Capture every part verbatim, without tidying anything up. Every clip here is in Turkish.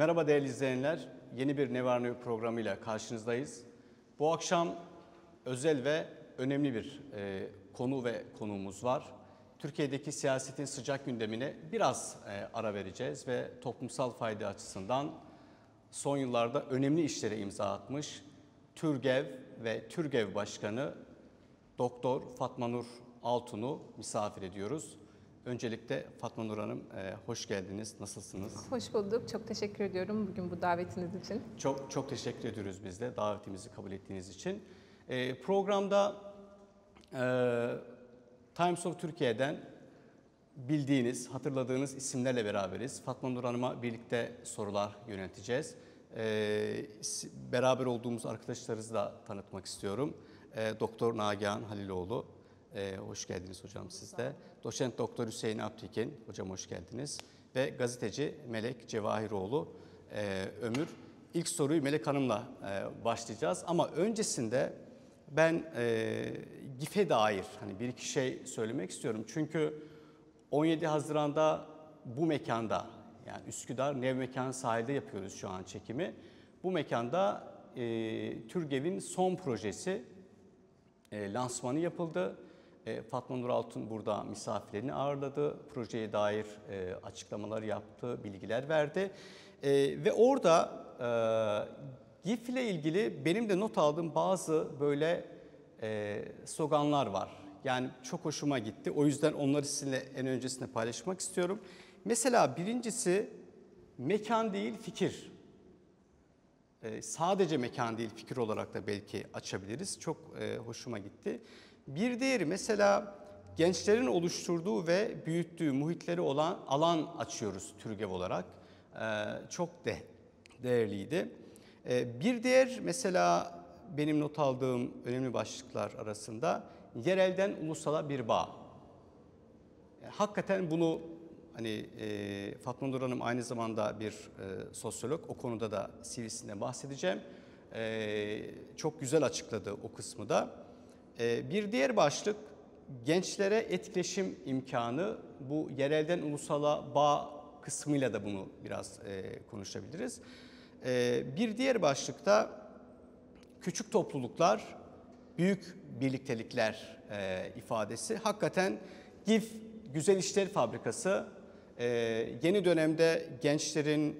Merhaba değerli izleyenler, yeni bir Ne Var Ne Yok programıyla karşınızdayız. Bu akşam özel ve önemli bir e, konu ve konuğumuz var. Türkiye'deki siyasetin sıcak gündemine biraz e, ara vereceğiz ve toplumsal fayda açısından son yıllarda önemli işlere imza atmış TÜRGEV ve TÜRGEV Başkanı Doktor Fatma Nur Altun'u misafir ediyoruz. Öncelikle Fatma Nur Hanım, e, hoş geldiniz. Nasılsınız? Hoş bulduk. Çok teşekkür ediyorum bugün bu davetiniz için. Çok çok teşekkür ediyoruz biz de davetimizi kabul ettiğiniz için. E, programda e, Times of Türkiye'den bildiğiniz, hatırladığınız isimlerle beraberiz. Fatma Nur Hanım'a birlikte sorular yönelteceğiz. E, beraber olduğumuz arkadaşlarınızı da tanıtmak istiyorum. E, Doktor Nagihan Haliloğlu. Ee, hoş geldiniz hocam siz de. Doçent Doktor Hüseyin Aptekin, hocam hoş geldiniz. Ve gazeteci Melek Cevahiroğlu e, Ömür. İlk soruyu Melek Hanım'la e, başlayacağız. Ama öncesinde ben e, GİF'e dair hani bir iki şey söylemek istiyorum. Çünkü on yedi Haziran'da bu mekanda, yani Üsküdar Nevmekan sahilde yapıyoruz şu an çekimi. Bu mekanda e, TÜRGEV'in son projesi e, lansmanı yapıldı. Fatma Nur Altun burada misafirlerini ağırladı. Projeye dair e, açıklamalar yaptı, bilgiler verdi. E, ve orada e, GİF ile ilgili benim de not aldığım bazı böyle e, sloganlar var. Yani çok hoşuma gitti. O yüzden onları sizinle en öncesinde paylaşmak istiyorum. Mesela birincisi mekan değil fikir. E, sadece mekan değil fikir olarak da belki açabiliriz. Çok e, hoşuma gitti. Bir diğeri mesela gençlerin oluşturduğu ve büyüttüğü muhitleri olan alan açıyoruz TÜRGEV olarak. Ee, çok de değerliydi. Ee, bir diğer mesela benim not aldığım önemli başlıklar arasında yerelden ulusala bir bağ. Yani hakikaten bunu hani e, Fatma Nur Hanım aynı zamanda bir e, sosyolog, o konuda da C V'sinde bahsedeceğim. E, çok güzel açıkladı o kısmı da. Bir diğer başlık gençlere etkileşim imkanı. Bu yerelden ulusala bağ kısmıyla da bunu biraz e, konuşabiliriz. E, bir diğer başlıkta küçük topluluklar, büyük birliktelikler e, ifadesi. Hakikaten GİF Güzel İşler Fabrikası e, yeni dönemde gençlerin,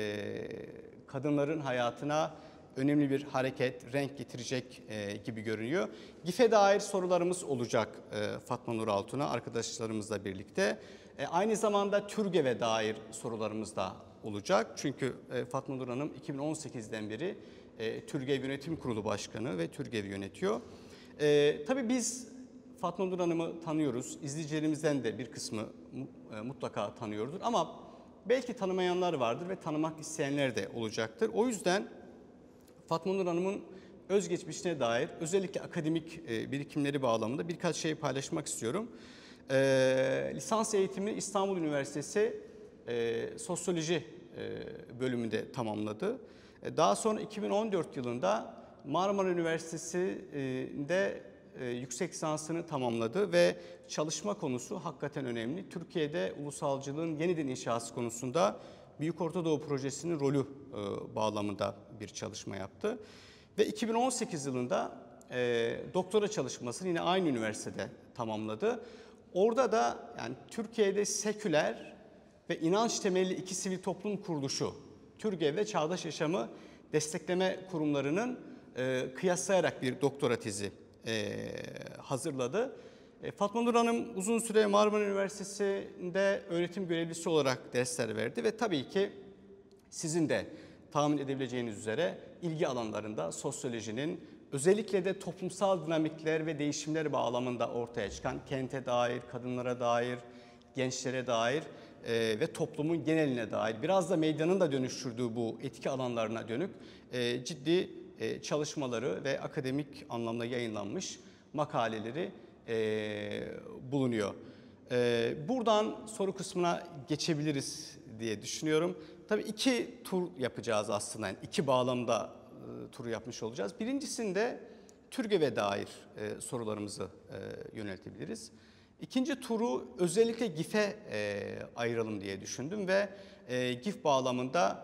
e, kadınların hayatına önemli bir hareket, renk getirecek e, gibi görünüyor. GİF'e dair sorularımız olacak e, Fatma Nur Altun'a arkadaşlarımızla birlikte. E, aynı zamanda TÜRGEV'e dair sorularımız da olacak. Çünkü e, Fatma Nur Hanım iki bin on sekizden beri e, TÜRGEV Yönetim Kurulu Başkanı ve TÜRGEV'i yönetiyor. E, tabii biz Fatma Nur Hanım'ı tanıyoruz. İzleyicilerimizden de bir kısmı e, mutlaka tanıyordur. Ama belki tanımayanlar vardır ve tanımak isteyenler de olacaktır. O yüzden Fatma Nur Hanım'ın özgeçmişine dair özellikle akademik e, birikimleri bağlamında birkaç şey paylaşmak istiyorum. E, lisans eğitimini İstanbul Üniversitesi e, Sosyoloji e, bölümünde tamamladı. E, daha sonra iki bin on dört yılında Marmara Üniversitesi'nde e, yüksek lisansını tamamladı ve çalışma konusu hakikaten önemli. Türkiye'de ulusalcılığın yeniden inşası konusunda Büyük Orta Doğu Projesi'nin rolü e, bağlamında bir çalışma yaptı. Ve iki bin on sekiz yılında e, doktora çalışmasını yine aynı üniversitede tamamladı. Orada da yani Türkiye'de seküler ve inanç temelli iki sivil toplum kuruluşu, TÜRGEV ve Çağdaş Yaşamı Destekleme Kurumlarının e, kıyaslayarak bir doktora tezi e, hazırladı. Fatma Nur Hanım uzun süre Marmara Üniversitesi'nde öğretim görevlisi olarak dersler verdi ve tabii ki sizin de tahmin edebileceğiniz üzere ilgi alanlarında sosyolojinin özellikle de toplumsal dinamikler ve değişimler bağlamında ortaya çıkan kente dair, kadınlara dair, gençlere dair e, ve toplumun geneline dair biraz da medyanın da dönüştürdüğü bu etki alanlarına dönük e, ciddi e, çalışmaları ve akademik anlamda yayınlanmış makaleleri E, bulunuyor. E, buradan soru kısmına geçebiliriz diye düşünüyorum. Tabii iki tur yapacağız aslında. Yani iki bağlamda e, turu yapmış olacağız. Birincisinde TÜRGEV'e dair e, sorularımızı e, yöneltebiliriz. İkinci turu özellikle GİF'e e, ayıralım diye düşündüm ve e, GİF bağlamında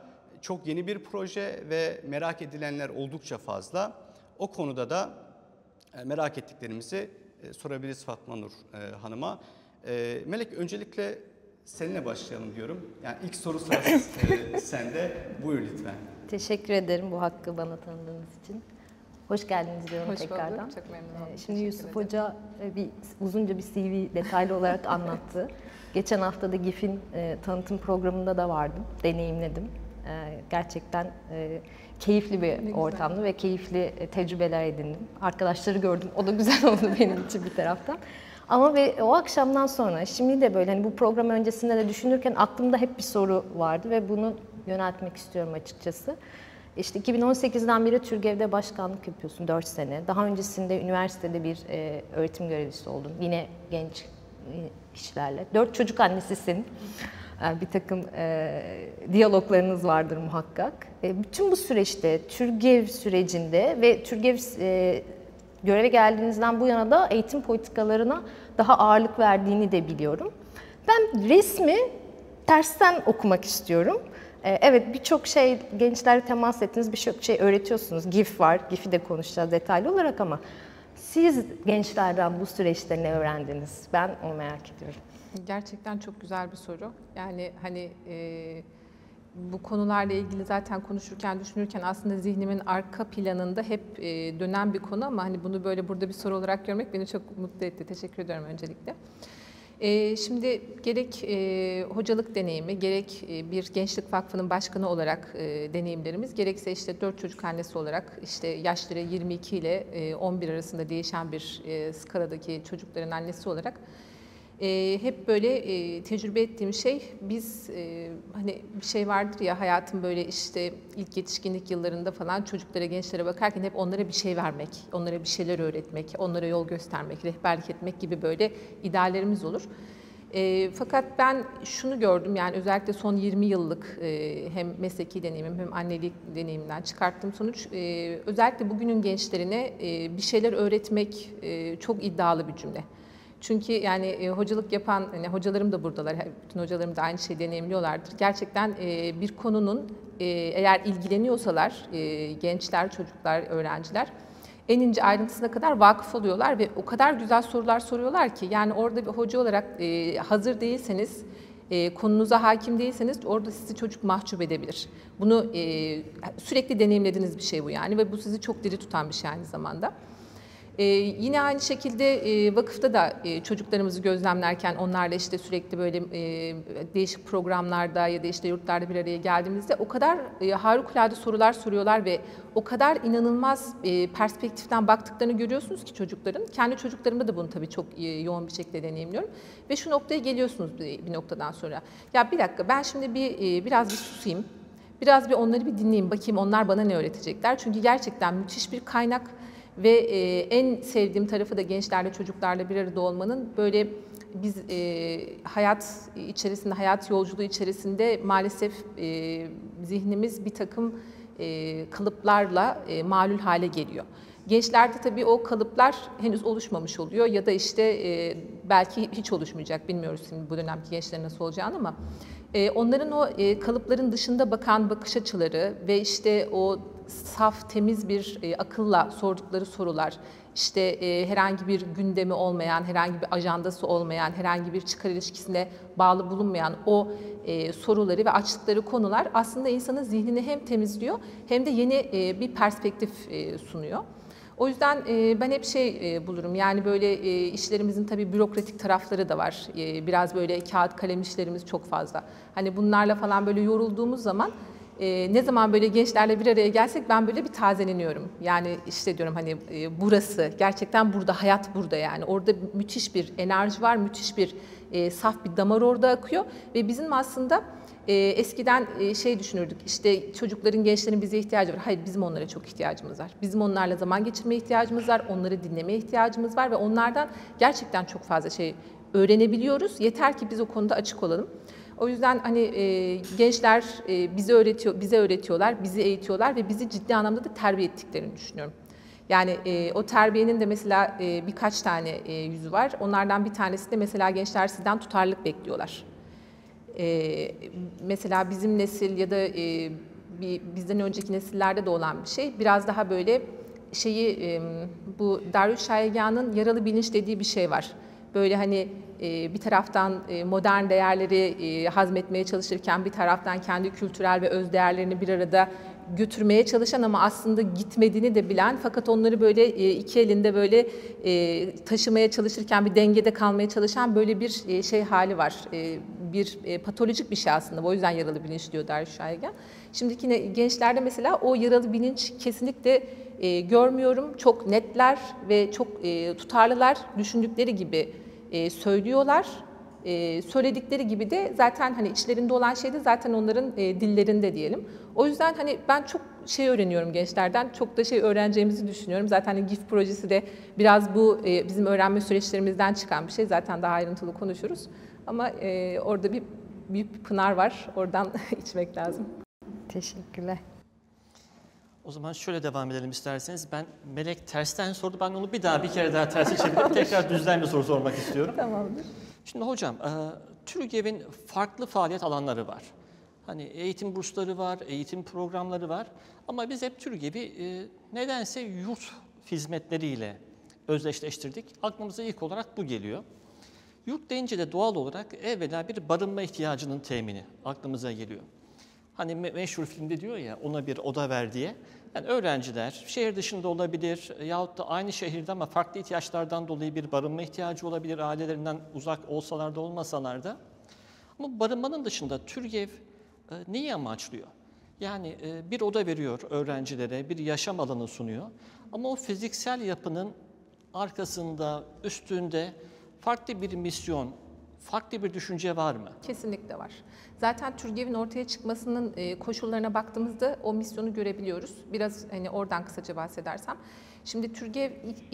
çok yeni bir proje ve merak edilenler oldukça fazla. O konuda da e, merak ettiklerimizi e, sorabiliriz Fatma Nur e, Hanım'a. E, Melek, öncelikle seninle başlayalım diyorum. Yani ilk soru sırası e, sende. Buyur lütfen. Teşekkür ederim bu hakkı bana tanıdığınız için. Hoş geldiniz diyorum Hoş tekrardan. bulduk, çok memnun oldum. Ee, Şimdi Teşekkür Yusuf ederim. Hoca e, bir uzunca bir C V detaylı olarak anlattı. Geçen hafta da GİF'in e, tanıtım programında da vardım, deneyimledim. E, gerçekten e, keyifli bir güzel. ortamdı ve keyifli e, tecrübeler edindim. Arkadaşları gördüm, o da güzel oldu benim için bir taraftan. Ama ve o akşamdan sonra, şimdi de böyle hani bu program öncesinde de düşünürken aklımda hep bir soru vardı ve bunu yöneltmek istiyorum açıkçası. İşte iki bin on sekizden beri TÜRGEV'de başkanlık yapıyorsun dört sene. Daha öncesinde üniversitede bir e, öğretim görevlisi oldun. Yine genç e, kişilerle. Dört çocuk annesisin. E, bir takım e, diyaloglarınız vardır muhakkak. E, bütün bu süreçte, TÜRGEV sürecinde ve TÜRGEV e, göreve geldiğinizden bu yana da eğitim politikalarına daha ağırlık verdiğini de biliyorum. Ben resmi tersten okumak istiyorum. Evet, birçok şey, gençlerle temas ettiniz, birçok şey öğretiyorsunuz. GİF var, GİF'i de konuşacağız detaylı olarak ama siz gençlerden bu süreçte ne öğrendiniz? Ben onu merak ediyorum. Gerçekten çok güzel bir soru. Yani hani e, bu konularla ilgili zaten konuşurken, düşünürken aslında zihnimin arka planında hep e, dönen bir konu ama hani bunu böyle burada bir soru olarak görmek beni çok mutlu etti. Teşekkür ediyorum öncelikle. Ee, şimdi gerek e, hocalık deneyimi, gerek e, bir gençlik vakfının başkanı olarak e, deneyimlerimiz, gerekse işte dört çocuk annesi olarak işte yaşları yirmi iki ile e, on bir arasında değişen bir e, skaladaki çocukların annesi olarak e, hep böyle e, tecrübe ettiğim şey, biz e, hani bir şey vardır ya, hayatın böyle işte ilk yetişkinlik yıllarında falan çocuklara, gençlere bakarken hep onlara bir şey vermek, onlara bir şeyler öğretmek, onlara yol göstermek, rehberlik etmek gibi böyle ideallerimiz olur. E, fakat ben şunu gördüm, yani özellikle son yirmi yıllık e, hem mesleki deneyimim hem annelik deneyimimden çıkarttığım sonuç, e, özellikle bugünün gençlerine e, bir şeyler öğretmek e, çok iddialı bir cümle. Çünkü yani e, hocalık yapan, hani hocalarım da buradalar, bütün hocalarım da aynı şeyi deneyimliyorlardır. Gerçekten e, bir konunun e, eğer ilgileniyorsalar e, gençler, çocuklar, öğrenciler en ince ayrıntısına kadar vakıf oluyorlar ve o kadar güzel sorular soruyorlar ki yani orada bir hoca olarak e, hazır değilseniz, e, konunuza hakim değilseniz orada sizi çocuk mahcup edebilir. Bunu e, sürekli deneyimlediğiniz bir şey bu yani ve bu sizi çok diri tutan bir şey aynı zamanda. Ee, yine aynı şekilde e, vakıfta da e, çocuklarımızı gözlemlerken onlarla işte sürekli böyle e, değişik programlarda ya da işte yurtlarda bir araya geldiğimizde o kadar e, harikulade sorular soruyorlar ve o kadar inanılmaz e, perspektiften baktıklarını görüyorsunuz ki çocukların. Kendi çocuklarımda da bunu tabii çok e, yoğun bir şekilde deneyimliyorum. Ve şu noktaya geliyorsunuz bir, bir noktadan sonra. Ya bir dakika, ben şimdi bir e, biraz bir susayım. Biraz bir onları bir dinleyeyim, bakayım onlar bana ne öğretecekler. Çünkü gerçekten müthiş bir kaynak. Ve e, en sevdiğim tarafı da gençlerle, çocuklarla bir arada olmanın, böyle biz e, hayat içerisinde, hayat yolculuğu içerisinde maalesef e, zihnimiz bir takım e, kalıplarla e, malul hale geliyor. Gençlerde tabii o kalıplar henüz oluşmamış oluyor ya da işte e, belki hiç oluşmayacak, bilmiyoruz şimdi bu dönemki gençlerin nasıl olacağını ama e, onların o e, kalıpların dışında bakan bakış açıları ve işte o saf, temiz bir e, akılla sordukları sorular, işte e, herhangi bir gündemi olmayan, herhangi bir ajandası olmayan, herhangi bir çıkar ilişkisine bağlı bulunmayan o e, soruları ve açtıkları konular aslında insanın zihnini hem temizliyor hem de yeni e, bir perspektif e, sunuyor. O yüzden e, ben hep şey e, bulurum, yani böyle e, işlerimizin tabii bürokratik tarafları da var. E, biraz böyle kağıt kalem işlerimiz çok fazla. Hani bunlarla falan böyle yorulduğumuz zaman e, ne zaman böyle gençlerle bir araya gelsek ben böyle bir tazeleniyorum. Yani işte diyorum hani e, burası, gerçekten burada, hayat burada yani. Orada müthiş bir enerji var, müthiş bir e, saf bir damar orada akıyor ve bizim aslında Ee, eskiden e, şey düşünürdük, işte çocukların, gençlerin bize ihtiyacı var. Hayır, bizim onlara çok ihtiyacımız var. Bizim onlarla zaman geçirmeye ihtiyacımız var, onları dinlemeye ihtiyacımız var ve onlardan gerçekten çok fazla şey öğrenebiliyoruz. Yeter ki biz o konuda açık olalım. O yüzden hani e, gençler e, bize öğretiyor, bize öğretiyorlar, bizi eğitiyorlar ve bizi ciddi anlamda da terbiye ettiklerini düşünüyorum. Yani e, o terbiyenin de mesela e, birkaç tane e, yüzü var. Onlardan bir tanesi de mesela gençler sizden tutarlılık bekliyorlar. Ee, mesela bizim nesil ya da e, bir, bizden önceki nesillerde de olan bir şey. Biraz daha böyle şeyi, bu Darüşşafaka'nın yaralı bilinç dediği bir şey var. Böyle hani bir taraftan modern değerleri hazmetmeye çalışırken bir taraftan kendi kültürel ve öz değerlerini bir arada götürmeye çalışan ama aslında gitmediğini de bilen, fakat onları böyle iki elinde böyle taşımaya çalışırken bir dengede kalmaya çalışan böyle bir şey hali var. Bir patolojik bir şey aslında. O yüzden yaralı bilinç diyor Darüşşafaka. Şimdiki yine gençlerde mesela o yaralı bilinç kesinlikle görmüyorum. Çok netler ve çok tutarlılar. Düşündükleri gibi söylüyorlar. Ee, söyledikleri gibi de zaten hani içlerinde olan şey de zaten onların e, dillerinde diyelim. O yüzden hani ben çok şey öğreniyorum gençlerden, çok da şey öğreneceğimizi düşünüyorum. Zaten hani GIF projesi de biraz bu e, bizim öğrenme süreçlerimizden çıkan bir şey. Zaten daha ayrıntılı konuşuruz. Ama e, orada bir büyük bir pınar var, oradan içmek lazım. Teşekkürler. O zaman şöyle devam edelim isterseniz. Ben Melek tersten sordu, ben onu bir daha bir kere daha tersi çevirip tekrar düzden bir soru sormak istiyorum. Tamamdır. Şimdi hocam, TÜRGEV'in farklı faaliyet alanları var. Hani eğitim bursları var, eğitim programları var. Ama biz hep TÜRGEV'i nedense yurt hizmetleriyle özdeşleştirdik. Aklımıza ilk olarak bu geliyor. Yurt deyince de doğal olarak evvela bir barınma ihtiyacının temini aklımıza geliyor. Hani meşhur filmde diyor ya, ona bir oda ver diye. Yani öğrenciler şehir dışında olabilir yahut da aynı şehirde ama farklı ihtiyaçlardan dolayı bir barınma ihtiyacı olabilir, ailelerinden uzak olsalar da olmasalar da. Ama barınmanın dışında TÜRGEV e, neyi amaçlıyor? Yani e, bir oda veriyor öğrencilere, bir yaşam alanı sunuyor. Ama o fiziksel yapının arkasında, üstünde farklı bir misyon, farklı bir düşünce var mı? Kesinlikle var. Zaten TÜRGEV'in ortaya çıkmasının koşullarına baktığımızda o misyonu görebiliyoruz. Biraz hani oradan kısaca bahsedersem. Şimdi TÜRGEV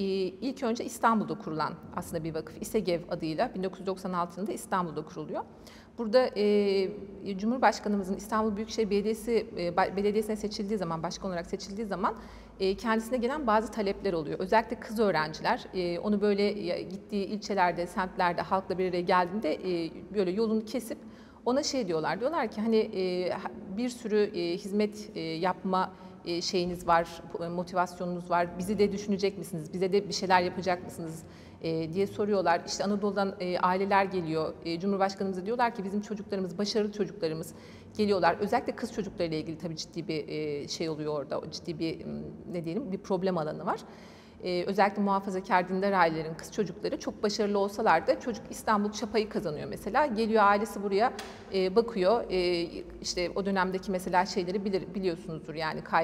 ilk önce İstanbul'da kurulan aslında bir vakıf. İSEGEV adıyla bin dokuz yüz doksan altı yılında İstanbul'da kuruluyor. Burada e, Cumhurbaşkanımızın İstanbul Büyükşehir Belediyesi e, Belediyesi'ne seçildiği zaman, başkan olarak seçildiği zaman e, kendisine gelen bazı talepler oluyor. Özellikle kız öğrenciler e, onu böyle e, gittiği ilçelerde, semtlerde halkla bir araya geldiğinde e, böyle yolunu kesip ona şey diyorlar. Diyorlar ki hani e, bir sürü e, hizmet e, yapma e, şeyiniz var, motivasyonunuz var. Bizi de düşünecek misiniz? Bize de bir şeyler yapacak mısınız? E, diye soruyorlar. İşte Anadolu'dan e, aileler geliyor. E, Cumhurbaşkanımıza diyorlar ki bizim çocuklarımız, başarılı çocuklarımız geliyorlar. Özellikle kız çocuklarıyla ilgili tabii ciddi bir e, şey oluyor orada. Ciddi bir ne diyelim bir problem alanı var. Ee, özellikle muhafazakar dindar ailelerin kız çocukları çok başarılı olsalar da çocuk İstanbul Çapa'yı kazanıyor mesela. Geliyor ailesi buraya e, bakıyor. E, işte o dönemdeki mesela şeyleri bilir, biliyorsunuzdur yani K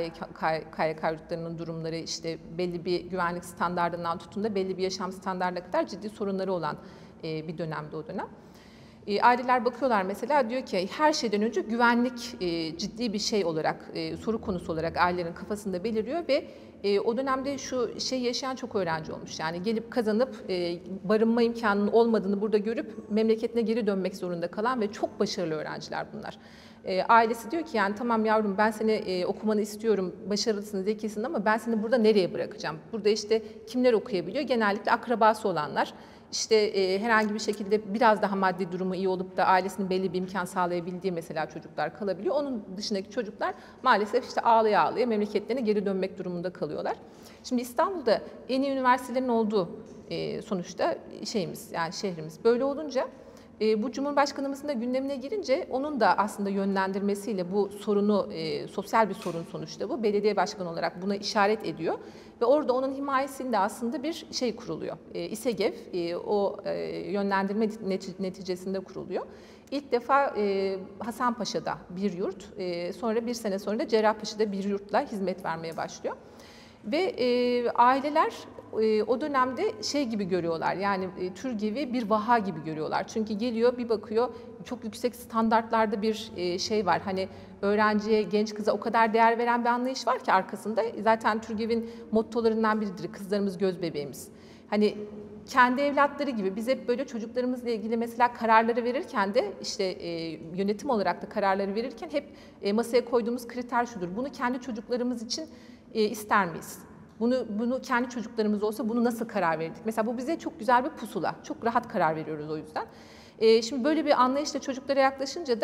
Y K yurtlarının durumları, işte belli bir güvenlik standardından tutun da belli bir yaşam standardına kadar ciddi sorunları olan e, bir dönemde o dönem. E, aileler bakıyorlar mesela, diyor ki her şeyden önce güvenlik e, ciddi bir şey olarak, e, soru konusu olarak ailelerin kafasında beliriyor ve e, o dönemde şu şey yaşayan çok öğrenci olmuş. Yani gelip kazanıp e, barınma imkanının olmadığını burada görüp memleketine geri dönmek zorunda kalan ve çok başarılı öğrenciler bunlar. E, ailesi diyor ki yani tamam yavrum ben seni e, okumanı istiyorum, başarılısın, zekisin ama ben seni burada nereye bırakacağım? Burada işte kimler okuyabiliyor? Genellikle akrabası olanlar. İşte e, herhangi bir şekilde biraz daha maddi durumu iyi olup da ailesinin belli bir imkan sağlayabildiği mesela çocuklar kalabiliyor. Onun dışındaki çocuklar maalesef işte ağlaya ağlaya memleketlerine geri dönmek durumunda kalıyorlar. Şimdi İstanbul'da en iyi üniversitelerin olduğu e, sonuçta şeyimiz, yani şehrimiz. Böyle olunca e, bu Cumhurbaşkanımızın da gündemine girince onun da aslında yönlendirmesiyle bu sorunu, e, sosyal bir sorun sonuçta bu. Belediye başkanı olarak buna işaret ediyor. Ve orada onun himayesinde aslında bir şey kuruluyor. E, İSEGEV e, o e, yönlendirme neticesinde kuruluyor. İlk defa e, Hasanpaşa'da bir yurt, e, sonra bir sene sonra da Cerrahpaşa'da bir yurtla hizmet vermeye başlıyor. Ve e, aileler e, o dönemde şey gibi görüyorlar, yani e, TÜRGEV'i bir vaha gibi görüyorlar. Çünkü geliyor bir bakıyor çok yüksek standartlarda bir e, şey var. Hani öğrenciye, genç kıza o kadar değer veren bir anlayış var ki arkasında. Zaten TÜRGEV'in mottolarından biridir, kızlarımız göz bebeğimiz. Hani kendi evlatları gibi biz hep böyle çocuklarımızla ilgili mesela kararları verirken de işte e, yönetim olarak da kararları verirken hep e, masaya koyduğumuz kriter şudur. Bunu kendi çocuklarımız için e, ister miyiz? Bunu, bunu kendi çocuklarımız olsa bunu nasıl karar verirdik? Mesela bu bize çok güzel bir pusula. Çok rahat karar veriyoruz o yüzden. E, şimdi böyle bir anlayışla çocuklara yaklaşınca da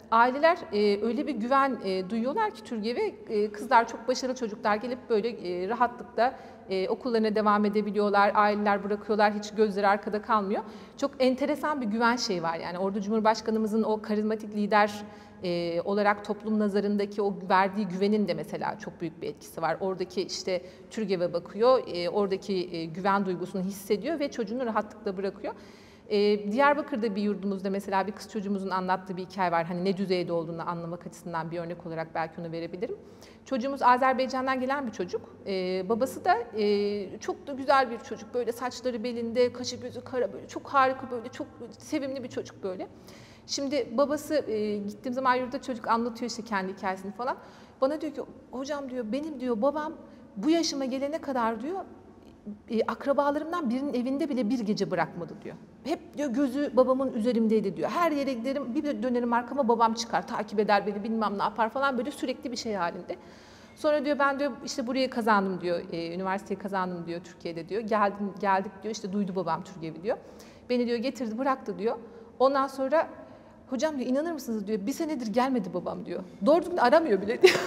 aileler e, öyle bir güven e, duyuyorlar ki TÜRGEV'e, e, kızlar çok başarılı çocuklar gelip böyle e, rahatlıkla e, okullarına devam edebiliyorlar, aileler bırakıyorlar, hiç gözleri arkada kalmıyor. Çok enteresan bir güven şeyi var yani orada Cumhurbaşkanımızın o karizmatik lider e, olarak toplum nazarındaki o verdiği güvenin de mesela çok büyük bir etkisi var. Oradaki işte TÜRGEV'e bakıyor, e, oradaki e, güven duygusunu hissediyor ve çocuğunu rahatlıkla bırakıyor. Ee, Diyarbakır'da bir yurdumuzda mesela bir kız çocuğumuzun anlattığı bir hikaye var. Hani ne düzeyde olduğunu anlamak açısından bir örnek olarak belki onu verebilirim. Çocuğumuz Azerbaycan'dan gelen bir çocuk. Ee, babası da e, çok da güzel bir çocuk. Böyle saçları belinde, kaşı gözü kara, böyle çok harika, böyle çok sevimli bir çocuk böyle. Şimdi babası e, gittiğim zaman yurtta çocuk anlatıyor işte kendi hikayesini falan. Bana diyor ki hocam diyor benim diyor babam bu yaşıma gelene kadar diyor E, akrabalarımdan birinin evinde bile bir gece bırakmadı diyor. Hep diyor gözü babamın üzerimdeydi diyor. Her yere giderim, bir dönerim arkama babam çıkar, takip eder beni, bilmem ne yapar falan, böyle sürekli bir şey halinde. Sonra diyor ben diyor işte burayı kazandım diyor, e, üniversiteyi kazandım diyor Türkiye'de diyor. Geldim, geldik diyor işte duydu babam TÜRGEV'i diyor. Beni diyor getirdi bıraktı diyor. Ondan sonra hocam diyor inanır mısınız diyor bir senedir gelmedi babam diyor. Doğru düzgün aramıyor bile diyor.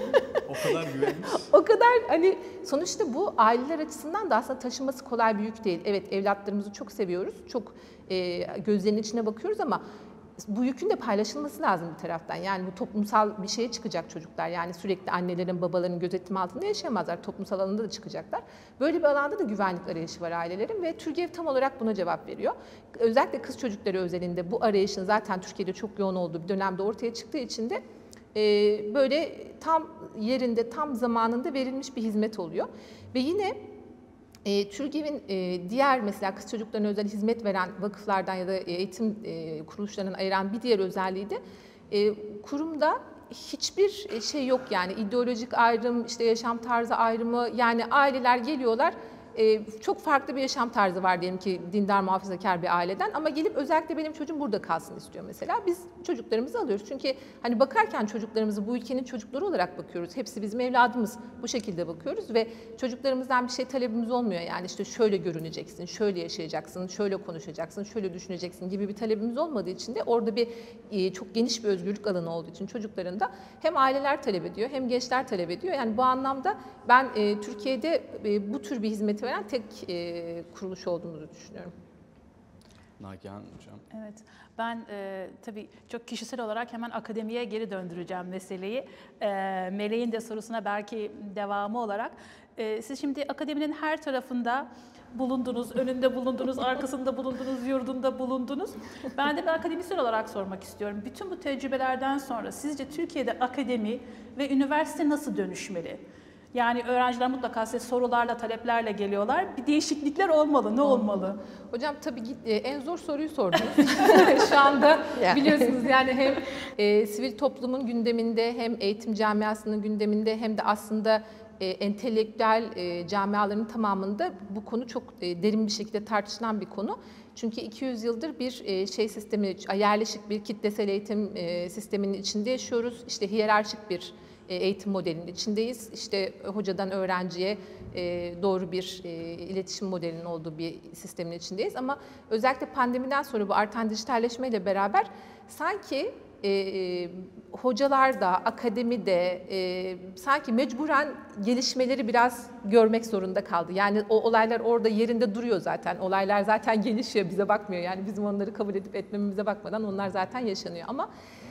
O kadar güvenmiş. O kadar hani sonuçta bu aileler açısından da aslında taşıması kolay bir yük değil. Evet evlatlarımızı çok seviyoruz, çok e, gözlerinin içine bakıyoruz ama bu yükün de paylaşılması lazım bir taraftan. Yani bu toplumsal bir şeye çıkacak çocuklar. Yani sürekli annelerin, babaların gözetimi altında yaşayamazlar. Toplumsal alanda da çıkacaklar. Böyle bir alanda da güvenlik arayışı var ailelerin ve TÜRGEV tam olarak buna cevap veriyor. Özellikle kız çocukları özelinde bu arayışın zaten Türkiye'de çok yoğun olduğu bir dönemde ortaya çıktığı için de Ee, böyle tam yerinde, tam zamanında verilmiş bir hizmet oluyor. Ve yine e, TÜRGEV'in e, diğer mesela kız çocuklarına özel hizmet veren vakıflardan ya da eğitim e, kuruluşlarından ayıran bir diğer özelliği de e, kurumda hiçbir şey yok yani ideolojik ayrım, işte yaşam tarzı ayrımı, yani aileler geliyorlar. Ee, çok farklı bir yaşam tarzı var diyelim ki dindar muhafazakar bir aileden ama gelip özellikle benim çocuğum burada kalsın istiyor mesela. Biz çocuklarımızı alıyoruz çünkü hani bakarken çocuklarımızı bu ülkenin çocukları olarak bakıyoruz. Hepsi bizim evladımız, bu şekilde bakıyoruz ve çocuklarımızdan bir şey talebimiz olmuyor. Yani işte şöyle görüneceksin, şöyle yaşayacaksın, şöyle konuşacaksın, şöyle düşüneceksin gibi bir talebimiz olmadığı için de orada bir e, çok geniş bir özgürlük alanı olduğu için çocukların da hem aileler talep ediyor hem gençler talep ediyor. Yani bu anlamda ben e, Türkiye'de e, bu tür bir hizmeti veren tek e, kuruluş olduğumuzu düşünüyorum. Nagihan Hocam. Evet, ben e, tabii çok kişisel olarak hemen akademiye geri döndüreceğim meseleyi. E, Meleğin de sorusuna belki devamı olarak. E, siz şimdi akademinin her tarafında bulundunuz, önünde bulundunuz, arkasında bulundunuz, yurdunda bulundunuz. Ben de bir akademisyen olarak sormak istiyorum. Bütün bu tecrübelerden sonra sizce Türkiye'de akademi ve üniversite nasıl dönüşmeli? Yani öğrenciler mutlaka size sorularla, taleplerle geliyorlar. Bir değişiklikler olmalı. Ne olmalı? Hocam tabii en zor soruyu sordunuz. Şu anda biliyorsunuz yani hem e, sivil toplumun gündeminde hem eğitim camiasının gündeminde hem de aslında e, entelektüel e, camiaların tamamında bu konu çok e, derin bir şekilde tartışılan bir konu. Çünkü iki yüz yıldır bir e, şey sistemi, yerleşik bir kitlesel eğitim e, sisteminin içinde yaşıyoruz. İşte hiyerarşik bir eğitim modelinin içindeyiz. İşte hocadan öğrenciye doğru bir iletişim modelinin olduğu bir sistemin içindeyiz. Ama özellikle pandemiden sonra bu artan dijitalleşmeyle beraber sanki e, hocalar da, akademi de e, sanki mecburen gelişmeleri biraz görmek zorunda kaldı. Yani o olaylar orada yerinde duruyor zaten. Olaylar zaten gelişiyor, bize bakmıyor. Yani bizim onları kabul edip etmemize bakmadan onlar zaten yaşanıyor. Ama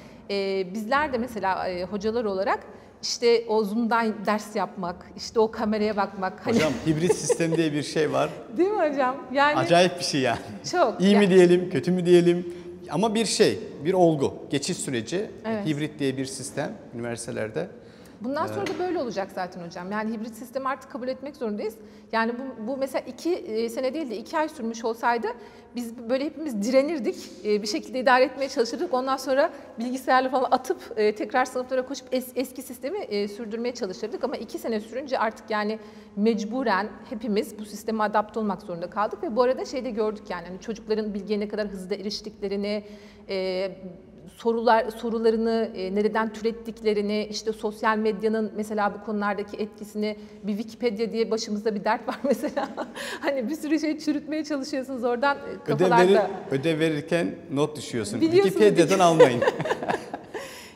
e, bizler de mesela e, hocalar olarak İşte o Zoom'dan ders yapmak, işte o kameraya bakmak. Hocam hani... hibrit sistem diye bir şey var. Değil mi hocam? Yani acayip bir şey yani. Çok. İyi yani... mi diyelim, kötü mü diyelim? Ama bir şey, bir olgu, geçiş süreci. Evet. Hibrit diye bir sistem üniversitelerde. Bundan sonra da böyle olacak zaten hocam. Yani hibrit sistemi artık kabul etmek zorundayız. Yani bu, bu mesela iki sene değil de iki ay sürmüş olsaydı biz böyle hepimiz direnirdik. Bir şekilde idare etmeye çalışırdık. Ondan sonra bilgisayarla falan atıp tekrar sınıflara koşup es, eski sistemi sürdürmeye çalışırdık. Ama iki sene sürünce artık yani mecburen hepimiz bu sisteme adapte olmak zorunda kaldık. Ve bu arada şey de gördük yani hani çocukların bilgiye ne kadar hızlı eriştiklerini, e, sorular sorularını e, nereden türettiklerini, işte sosyal medyanın mesela bu konulardaki etkisini, bir Wikipedia diye başımızda bir dert var mesela. Hani bir sürü şey çürütmeye çalışıyorsunuz oradan kafalarda. Ödev, verir, ödev verirken not düşüyorsun. Wikipedia'dan almayın.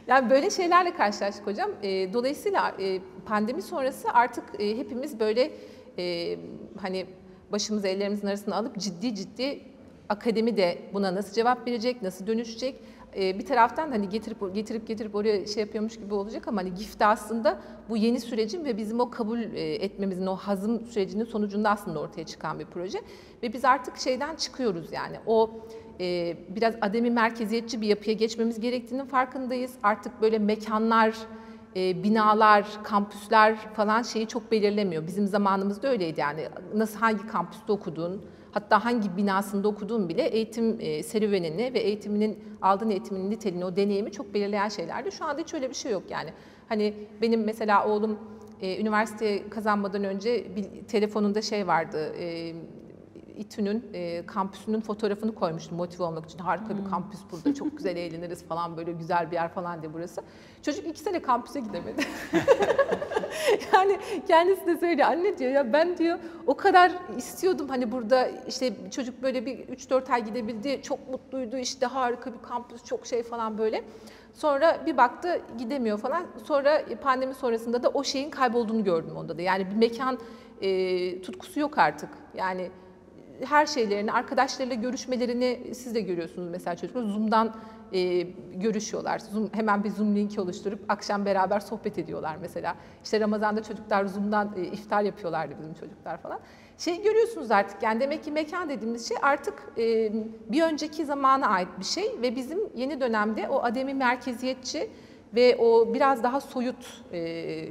Yani böyle şeylerle karşılaştık hocam. E, dolayısıyla e, pandemi sonrası artık e, hepimiz böyle e, hani başımızı ellerimizin arasına alıp ciddi ciddi akademi de buna nasıl cevap verecek, nasıl dönüşecek? E, bir taraftan hani getirip getirip getirip oraya şey yapıyormuş gibi olacak ama hani GIF'te aslında bu yeni sürecin ve bizim o kabul e, etmemizin, o hazım sürecinin sonucunda aslında ortaya çıkan bir proje. Ve biz artık şeyden çıkıyoruz yani o e, biraz ademi merkeziyetçi bir yapıya geçmemiz gerektiğinin farkındayız. Artık böyle mekanlar, e, binalar, kampüsler falan şeyi çok belirlemiyor. Bizim zamanımızda öyleydi yani nasıl hangi kampüste okuduğun, hatta hangi binasında okuduğun bile eğitim e, serüvenini ve eğitiminin, aldığın eğitimin niteliğini, o deneyimi çok belirleyen şeylerdi. Şu anda hiç öyle bir şey yok yani. Hani benim mesela oğlum e, üniversite kazanmadan önce bir telefonunda şey vardı, e, İTÜ'nün e, kampüsünün fotoğrafını koymuştum motive olmak için. Harika hmm. bir kampüs burada, çok güzel eğleniriz falan, böyle güzel bir yer falan diye burası. Çocuk iki sene kampüse gidemedi. Yani kendisi de söylüyor, anne diyor ya ben diyor o kadar istiyordum hani burada işte çocuk böyle bir üç dört ay gidebildi, çok mutluydu işte harika bir kampüs, çok şey falan böyle. Sonra bir baktı gidemiyor falan. Sonra pandemi sonrasında da o şeyin kaybolduğunu gördüm onda da. Yani bir mekan e, tutkusu yok artık. Yani her şeylerini, arkadaşlarıyla görüşmelerini siz de görüyorsunuz mesela çocuklar. Zoom'dan e, görüşüyorlar. Zoom, hemen bir Zoom linki oluşturup akşam beraber sohbet ediyorlar mesela. İşte Ramazan'da çocuklar Zoom'dan e, iftar yapıyorlardı bizim çocuklar falan. Şey görüyorsunuz artık yani demek ki mekan dediğimiz şey artık e, bir önceki zamana ait bir şey ve bizim yeni dönemde o ademi merkeziyetçi ve o biraz daha soyut e,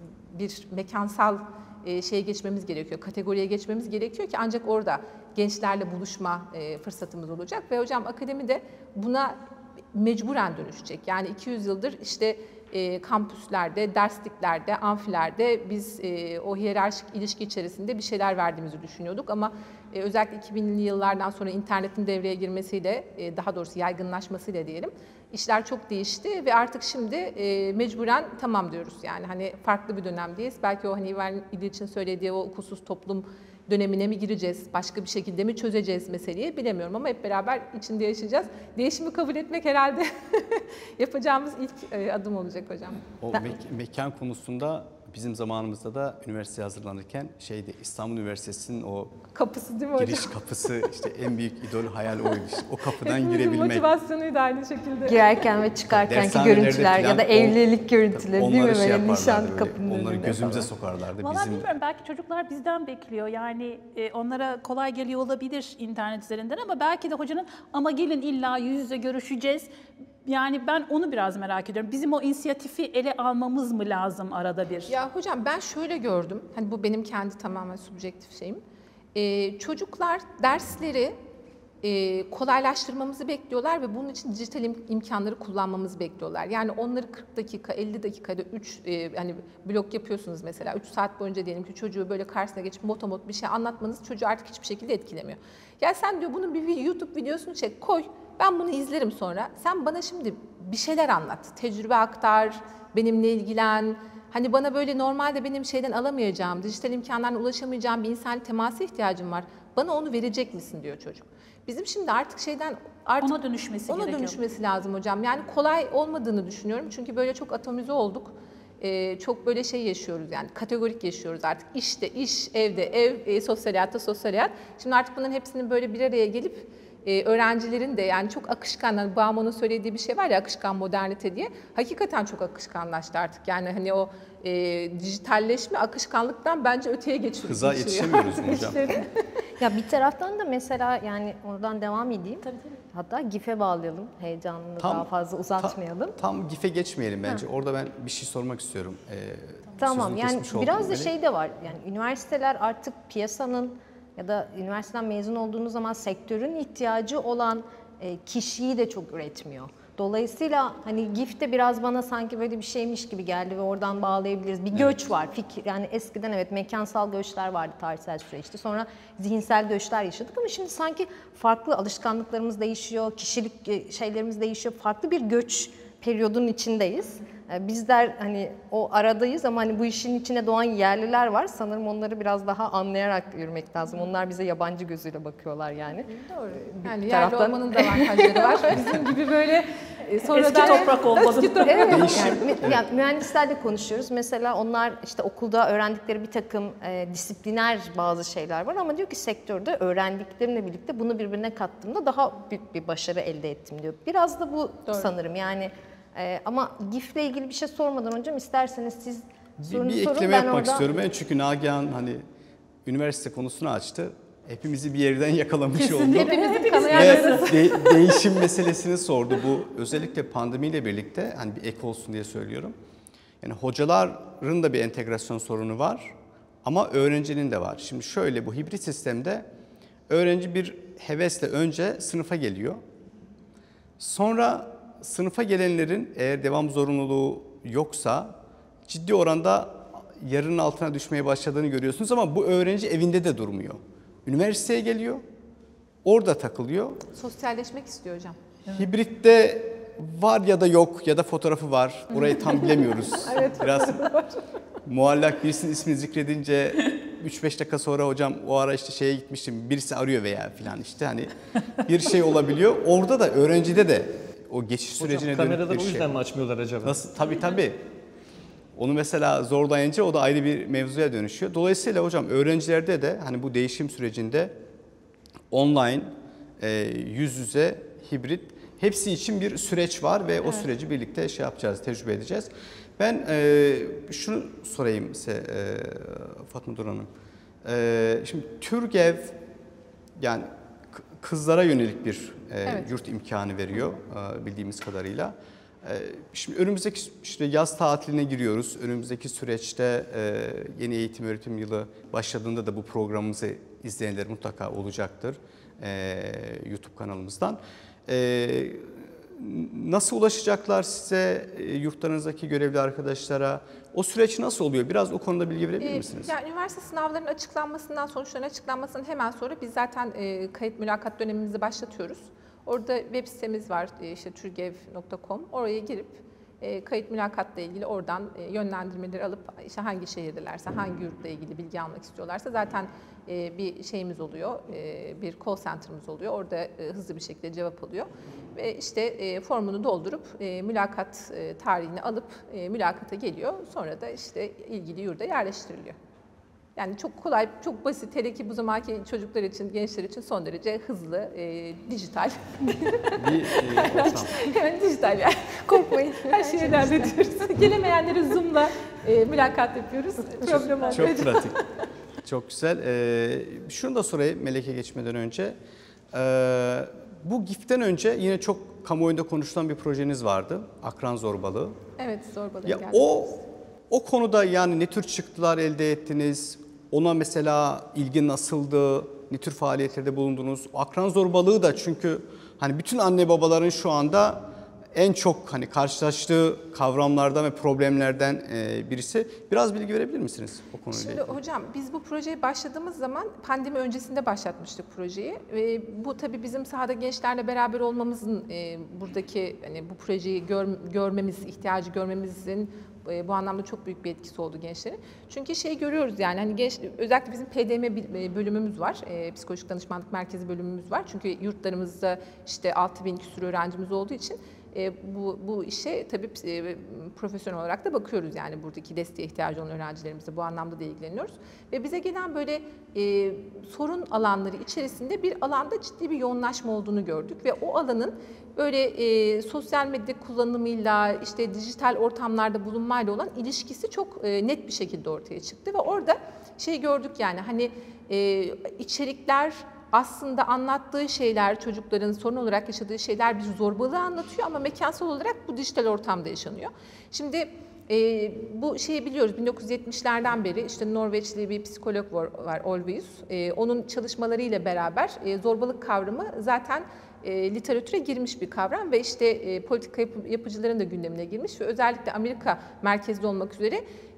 bir mekansal e, şeye geçmemiz gerekiyor, kategoriye geçmemiz gerekiyor ki ancak orada gençlerle buluşma e, fırsatımız olacak ve hocam akademi de buna mecburen dönüşecek. Yani iki yüz yıldır işte e, kampüslerde, dersliklerde, amfilerde biz e, o hiyerarşik ilişki içerisinde bir şeyler verdiğimizi düşünüyorduk ama e, özellikle iki binli yıllardan sonra internetin devreye girmesiyle, e, daha doğrusu yaygınlaşmasıyla diyelim, işler çok değişti ve artık şimdi e, mecburen tamam diyoruz yani hani farklı bir dönemdeyiz. Belki o hani Ivan İllich'in söylediği o okulsuz toplum dönemine mi gireceğiz, başka bir şekilde mi çözeceğiz meseleyi bilemiyorum ama hep beraber içinde yaşayacağız. Değişimi kabul etmek herhalde yapacağımız ilk adım olacak hocam. O me- mekan konusunda bizim zamanımızda da üniversiteye hazırlanırken şeydi, İstanbul Üniversitesi'nin o kapısı değil mi hocam? Giriş kapısı işte en büyük idol hayal oydu işte. O kapıdan Hepimizin girebilmek. motivasyonuydu aynı şekilde. Girerken ve çıkarkenki görüntüler ya da evlilik görüntüleri değil mi? Onları şey Böyle nişan yaparlardı, kapının onları önünde gözümüze falan sokarlardı. Valla Bizim... bilmiyorum, belki çocuklar bizden bekliyor. Yani e, onlara kolay geliyor olabilir internet üzerinden ama belki de hocanın ama gelin illa yüz yüze görüşeceğiz. Yani ben onu biraz merak ediyorum. Bizim o inisiyatifi ele almamız mı lazım arada bir? Ya hocam ben şöyle gördüm. Hani bu benim kendi tamamen subjektif şeyim. Ee, çocuklar dersleri e, kolaylaştırmamızı bekliyorlar ve bunun için dijital im- imkanları kullanmamızı bekliyorlar. Yani onları kırk dakika, elli dakikada üç e, hani blok yapıyorsunuz mesela. üç saat boyunca diyelim ki çocuğu böyle karşısına geçip motomot bir şey anlatmanız çocuğu artık hiçbir şekilde etkilemiyor. Ya sen diyor bunun bir YouTube videosunu çek, koy. Ben bunu izlerim sonra. Sen bana şimdi bir şeyler anlat. Tecrübe aktar, benimle ilgilen. Hani bana böyle normalde benim şeyden alamayacağım, dijital imkanlardan ulaşamayacağım bir insan teması ihtiyacım var. Bana onu verecek misin diyor çocuk. Bizim şimdi artık şeyden artık Ona dönüşmesi ona gerekiyor. dönüşmesi lazım hocam. Yani kolay olmadığını düşünüyorum. Çünkü böyle çok atomize olduk. Ee, çok böyle şey yaşıyoruz yani kategorik yaşıyoruz artık. İşte iş, evde ev, e, sosyal hayatta sosyal hayat. Şimdi artık bunların hepsinin böyle bir araya gelip e, öğrencilerin de yani çok akışkan, hani Bauman'ın söylediği bir şey var ya, akışkan modernite diye. Hakikaten çok akışkanlaştı artık. Yani hani o e, dijitalleşme akışkanlıktan bence öteye geçiyor. Hıza yetişemiyoruz mu hocam? Ya bir taraftan da mesela yani oradan devam edeyim. Tabii tabii. Hatta GIF'e bağlayalım. Heyecanını Tam- daha fazla uzatmayalım. Tam, tam GIF'e geçmeyelim bence. Ha. Orada ben bir şey sormak istiyorum. Ee, Tamam, yani kesmiş biraz oldum da beni. şey de var. Yani üniversiteler artık piyasanın ya da üniversiteden mezun olduğunuz zaman sektörün ihtiyacı olan e, kişiyi de çok üretmiyor. Dolayısıyla hani GIF de biraz bana sanki böyle bir şeymiş gibi geldi ve oradan bağlayabiliriz. Bir göç evet. var. Fikir, yani eskiden evet mekansal göçler vardı tarihsel süreçte. Sonra zihinsel göçler yaşadık ama şimdi sanki farklı alışkanlıklarımız değişiyor, kişilik şeylerimiz değişiyor. Farklı bir göç periyodunun içindeyiz. E, bizler hani o aradayız ama hani bu işin içine doğan yerliler var. Sanırım onları biraz daha anlayarak yürümek lazım. Onlar bize yabancı gözüyle bakıyorlar yani. Doğru. Yani Bir yerli taraftan- olmanın da avantajları var. Bizim gibi böyle e, sonradan Eski toprak olmanın. Eski toprak. Evet, Değişim. yani, mü- yani mühendislerle konuşuyoruz. Mesela onlar işte okulda öğrendikleri bir takım e, disipliner bazı şeyler var ama diyor ki sektörde öğrendiklerimle birlikte bunu birbirine kattığımda daha büyük bir başarı elde ettim diyor. Biraz da bu Doğru. sanırım yani e, ama GIF'le ilgili bir şey sormadan hocam isterseniz siz Bir, sorunuzu bir sorun. ekleme Ben yapmak orada- istiyorum ben çünkü Nagihan hani üniversite konusunu açtı. Hepimizi bir yerden yakalamış oldu. Hepimizin Ve kanayan de- değişim meselesini sordu. Bu özellikle pandemiyle birlikte hani bir ek olsun diye söylüyorum. Yani hocaların da bir entegrasyon sorunu var ama öğrencinin de var. Şimdi şöyle bu hibrit sistemde öğrenci bir hevesle önce sınıfa geliyor. Sonra sınıfa gelenlerin eğer devam zorunluluğu yoksa ciddi oranda yarının altına düşmeye başladığını görüyorsunuz ama bu öğrenci evinde de durmuyor. Üniversiteye geliyor, orada takılıyor. sosyalleşmek istiyor hocam. Hibritte var ya da yok ya da fotoğrafı var. Orayı tam bilemiyoruz. Biraz muallak birisinin ismini zikredince üç beş dakika sonra hocam o ara işte şeye gitmiştim birisi arıyor veya filan işte hani bir şey olabiliyor. Orada da öğrencide de o geçiş sürecine Hocam dönük kameraları bir o şey. yüzden mi açmıyorlar acaba? Nasıl? Tabii tabii. Onu mesela zorlayınca o da ayrı bir mevzuya dönüşüyor. Dolayısıyla hocam öğrencilerde de hani bu değişim sürecinde online, e, yüz yüze, hibrit hepsi için bir süreç var ve o süreci birlikte şey yapacağız, tecrübe edeceğiz. Ben e, şunu sorayım size e, Fatma Nur Hanım. E, şimdi TÜRGEV yani k- kızlara yönelik bir e, Evet. yurt imkanı veriyor e, bildiğimiz kadarıyla. E, şimdi önümüzdeki işte yaz tatiline giriyoruz. Önümüzdeki süreçte e, yeni eğitim öğretim yılı başladığında da bu programımızı izleyenler mutlaka olacaktır e, YouTube kanalımızdan. E, nasıl ulaşacaklar size, e, yurtlarınızdaki görevli arkadaşlara? O süreç nasıl oluyor? Biraz o konuda bilgi verebilir Ee, misiniz? Yani üniversite sınavlarının açıklanmasından, sonuçların açıklanmasının hemen sonra biz zaten e, kayıt mülakat dönemimizi başlatıyoruz. Orada web sitemiz var, e, işte turgev nokta com. Oraya girip e, kayıt mülakatla ilgili oradan e, yönlendirmeleri alıp işte hangi şehirdelerse, hangi yurtla ilgili bilgi almak istiyorlarsa zaten e, bir şeyimiz oluyor, e, bir call center'ımız oluyor. Orada e, hızlı bir şekilde cevap alıyor. Ve işte e, formunu doldurup e, mülakat e, tarihini alıp e, mülakata geliyor. Sonra da işte ilgili yurda yerleştiriliyor. Yani çok kolay, çok basit. Hele ki bu zamanki çocuklar için, gençler için son derece hızlı, e, dijital. Bir e, ortam. Hemen dijital yani. Korkmayın. Her şeyi hallediyoruz. Gelemeyenleri Zoom'la e, mülakat yapıyoruz. Problem olmuyor. Çok pratik. Çok güzel. Ee, şunu da sorayım Melek'e geçmeden önce. Ee, bu GIF'ten önce yine çok kamuoyunda konuşulan bir projeniz vardı. Akran zorbalığı. Evet, zorbalığı Ya geldi. o o konuda yani ne tür çıktılar elde ettiniz? Ona mesela ilgi nasıldı? Ne tür faaliyetlerde bulundunuz? Akran zorbalığı da çünkü hani bütün anne babaların şu anda en çok hani karşılaştığı kavramlardan ve problemlerden e, birisi. Biraz bilgi verebilir misiniz o konuyla Şimdi ilgili? hocam biz bu projeye başladığımız zaman pandemi öncesinde başlatmıştık projeyi. Ve bu tabii bizim sahada gençlerle beraber olmamızın e, buradaki hani bu projeyi gör, görmemiz, ihtiyacı görmemizin e, bu anlamda çok büyük bir etkisi oldu gençlerin. Çünkü şey görüyoruz yani hani genç özellikle bizim P D M bölümümüz var. E, psikolojik danışmanlık merkezi bölümümüz var. Çünkü yurtlarımızda işte altı bin küsur öğrencimiz olduğu için E, bu, bu işe tabii e, profesyonel olarak da bakıyoruz yani buradaki desteğe ihtiyacı olan öğrencilerimize bu anlamda da ilgileniyoruz. Ve bize gelen böyle e, sorun alanları içerisinde bir alanda ciddi bir yoğunlaşma olduğunu gördük. Ve o alanın böyle e, sosyal medya kullanımıyla işte dijital ortamlarda bulunmayla olan ilişkisi çok e, net bir şekilde ortaya çıktı. Ve orada şey gördük yani hani e, içerikler aslında anlattığı şeyler, çocukların sorun olarak yaşadığı şeyler bir zorbalığı anlatıyor ama mekansal olarak bu dijital ortamda yaşanıyor. Şimdi e, bu şeyi biliyoruz, bin dokuz yüz yetmişlerden beri işte Norveçli bir psikolog var, var Olvius. E, onun çalışmalarıyla beraber e, zorbalık kavramı zaten e, literatüre girmiş bir kavram ve işte e, politika yap- yapıcıların da gündemine girmiş ve özellikle Amerika merkezli olmak üzere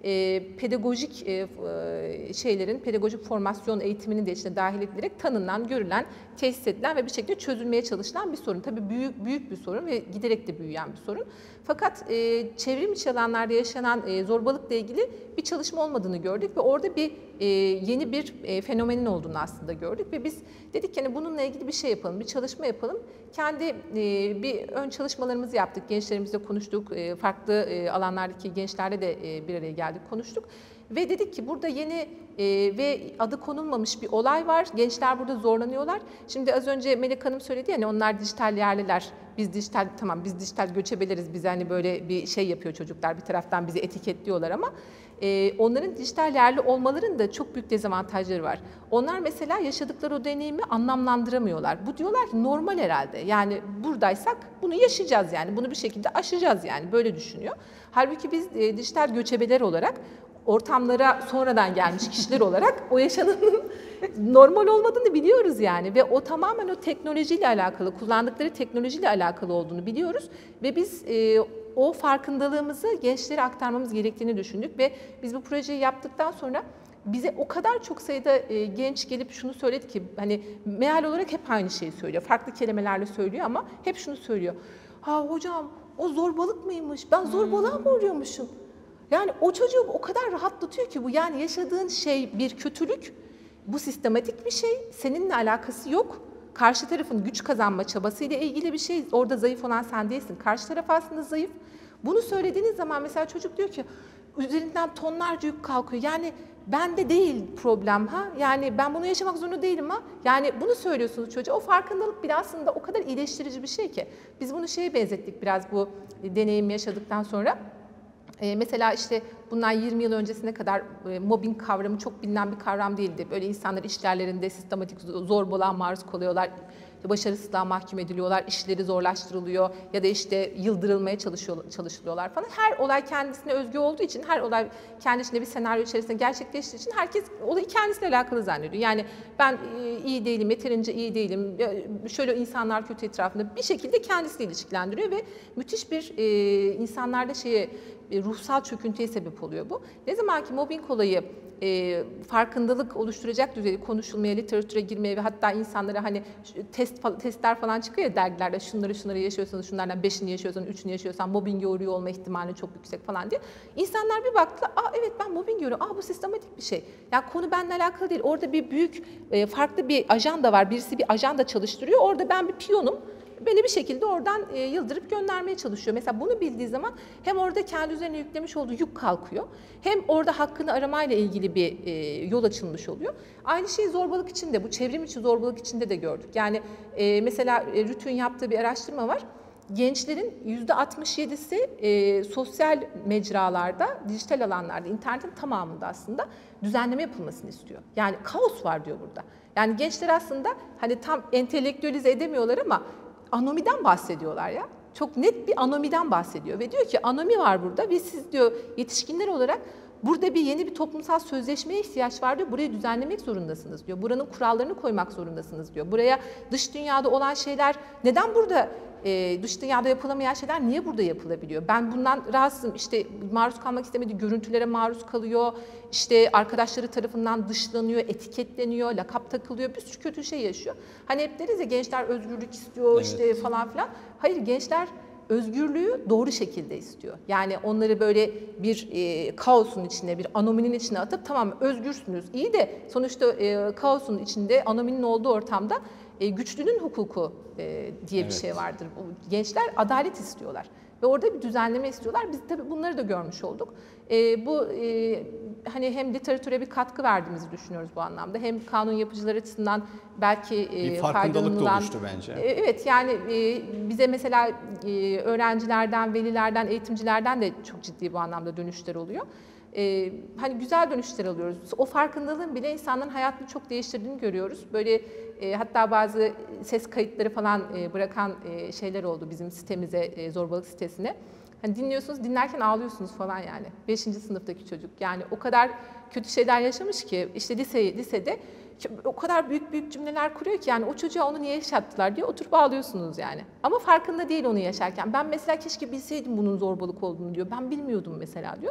e, pedagojik e, şeylerin, pedagojik formasyon eğitiminin de içine dahil edilerek tanınan, görülen, tesis edilen ve bir şekilde çözülmeye çalışılan bir sorun. Tabii büyük büyük bir sorun ve giderek de büyüyen bir sorun. Fakat e, çevrim içi alanlarda yaşanan e, zorbalıkla ilgili bir çalışma olmadığını gördük ve orada bir e, yeni bir e, fenomenin olduğunu aslında gördük ve biz dedik ki hani bununla ilgili bir şey yapalım, bir çalışma yapalım. Kendi e, bir ön çalışmalarımızı yaptık, gençlerimizle konuştuk, e, farklı e, alanlardaki gençlerle de e, bir araya geldik, konuştuk. Ve dedik ki burada yeni e, ve adı konulmamış bir olay var. Gençler burada zorlanıyorlar. Şimdi az önce Melek Hanım söyledi ya hani onlar dijital yerliler. Biz dijital, tamam biz dijital göçebeleriz. Biz hani böyle bir şey yapıyor çocuklar. Bir taraftan bizi etiketliyorlar ama e, onların dijital yerli olmalarının da çok büyük dezavantajları var. Onlar mesela yaşadıkları o deneyimi anlamlandıramıyorlar. Bu diyorlar ki normal herhalde. Yani buradaysak bunu yaşayacağız yani. Bunu bir şekilde aşacağız yani. Böyle düşünüyor. Halbuki biz e, dijital göçebeler olarak ortamlara sonradan gelmiş kişiler olarak o yaşananın normal olmadığını biliyoruz yani ve o tamamen o teknolojiyle alakalı, kullandıkları teknolojiyle alakalı olduğunu biliyoruz ve biz e, o farkındalığımızı gençlere aktarmamız gerektiğini düşündük ve biz bu projeyi yaptıktan sonra bize o kadar çok sayıda e, genç gelip şunu söyledi ki hani meal olarak hep aynı şeyi söylüyor, farklı kelimelerle söylüyor ama hep şunu söylüyor. Ha hocam o zorbalık mıymış? Ben zorbalığa mı uğruyormuşum? Yani o çocuğu o kadar rahatlatıyor ki bu yani yaşadığın şey bir kötülük, bu sistematik bir şey, seninle alakası yok. Karşı tarafın güç kazanma çabasıyla ilgili bir şey, orada zayıf olan sen değilsin, karşı taraf aslında zayıf. Bunu söylediğiniz zaman mesela çocuk diyor ki üzerinden tonlarca yük kalkıyor. Yani bende değil problem ha, yani ben bunu yaşamak zorunda değilim ha. Yani bunu söylüyorsunuz çocuğa, o farkındalık bile aslında o kadar iyileştirici bir şey ki. Biz bunu şeye benzettik biraz bu deneyimi yaşadıktan sonra. Ee, mesela işte bundan yirmi yıl öncesine kadar e, mobbing kavramı çok bilinen bir kavram değildi. Böyle insanlar işlerlerinde sistematik zorbalığa maruz kalıyorlar, başarısızlığa mahkum ediliyorlar, işleri zorlaştırılıyor ya da işte yıldırılmaya çalışıyor, çalışılıyorlar falan. Her olay kendisine özgü olduğu için, her olay kendi içinde bir senaryo içerisinde gerçekleştiği için herkes olayı kendisiyle alakalı zannediyor. Yani ben e, iyi değilim, yeterince iyi değilim, şöyle insanlar kötü etrafında bir şekilde kendisiyle ilişkilendiriyor ve müthiş bir e, insanlarda şeye ruhsal çöküntüye sebep oluyor bu. Ne zaman ki mobbing olayı e, farkındalık oluşturacak düzeyde konuşulmaya, literatüre girmeye ve hatta insanlara hani test testler falan çıkıyor ya dergilerde, şunları şunları yaşıyorsanız, şunlardan beşini yaşıyorsan, üçünü yaşıyorsan mobbinge uğruyor olma ihtimali çok yüksek falan diye. İnsanlar bir baktılar, aa evet ben mobbinge uğruyorum, aa bu sistematik bir şey. Ya konu benimle alakalı değil, orada bir büyük e, farklı bir ajanda var, birisi bir ajanda çalıştırıyor, orada ben bir piyonum. Beni bir şekilde oradan e, yıldırıp göndermeye çalışıyor. Mesela bunu bildiği zaman hem orada kendi üzerine yüklemiş olduğu yük kalkıyor, hem orada hakkını aramayla ilgili bir e, yol açılmış oluyor. Aynı şeyi zorbalık için de, bu çevrim içi zorbalık içinde de gördük. Yani e, mesela e, RÜTÜ'nün yaptığı bir araştırma var. Gençlerin yüzde altmış yedisi e, sosyal mecralarda, dijital alanlarda, internetin tamamında aslında düzenleme yapılmasını istiyor. Yani kaos var diyor burada. Yani gençler aslında hani tam entelektüelize edemiyorlar ama anomiden bahsediyorlar ya. Çok net bir anomiden bahsediyor ve diyor ki anomi var burada ve siz diyor yetişkinler olarak burada bir yeni bir toplumsal sözleşmeye ihtiyaç var diyor. Burayı düzenlemek zorundasınız diyor. Buranın kurallarını koymak zorundasınız diyor. Buraya dış dünyada olan şeyler neden burada e, dış dünyada yapılamayan şeyler niye burada yapılabiliyor? Ben bundan rahatsızım. İşte maruz kalmak istemediği görüntülere maruz kalıyor. İşte arkadaşları tarafından dışlanıyor, etiketleniyor, lakap takılıyor. Bir sürü kötü şey yaşıyor. Hani hep deriz ya gençler özgürlük istiyor evet. işte falan filan. Hayır gençler özgürlüğü doğru şekilde istiyor. Yani onları böyle bir e, kaosun içine, bir anominin içine atıp tamam özgürsünüz. İyi de sonuçta e, kaosun içinde, anominin olduğu ortamda e, güçlünün hukuku e, diye evet. bir şey vardır. Gençler adalet istiyorlar. Ve orada bir düzenleme istiyorlar. Biz tabii bunları da görmüş olduk. E, bu e, hani hem literatüre bir katkı verdiğimizi düşünüyoruz bu anlamda. Hem kanun yapıcıları açısından belki e, bir farkındalık da oluştu bence. E, evet yani e, bize mesela e, öğrencilerden, velilerden, eğitimcilerden de çok ciddi bu anlamda dönüşler oluyor. Ee, hani güzel dönüşler alıyoruz. O farkındalığın bile insanların hayatını çok değiştirdiğini görüyoruz. Böyle e, hatta bazı ses kayıtları falan e, bırakan e, şeyler oldu bizim sitemize, e, zorbalık sitesine. Hani dinliyorsunuz, dinlerken ağlıyorsunuz falan yani. Beşinci sınıftaki çocuk. Yani o kadar kötü şeyler yaşamış ki işte lise, lisede o kadar büyük büyük cümleler kuruyor ki yani o çocuğa onu niye yaşattılar diye oturup ağlıyorsunuz yani. Ama farkında değil onu yaşarken. Ben mesela keşke bilseydim bunun zorbalık olduğunu diyor. Ben bilmiyordum mesela diyor.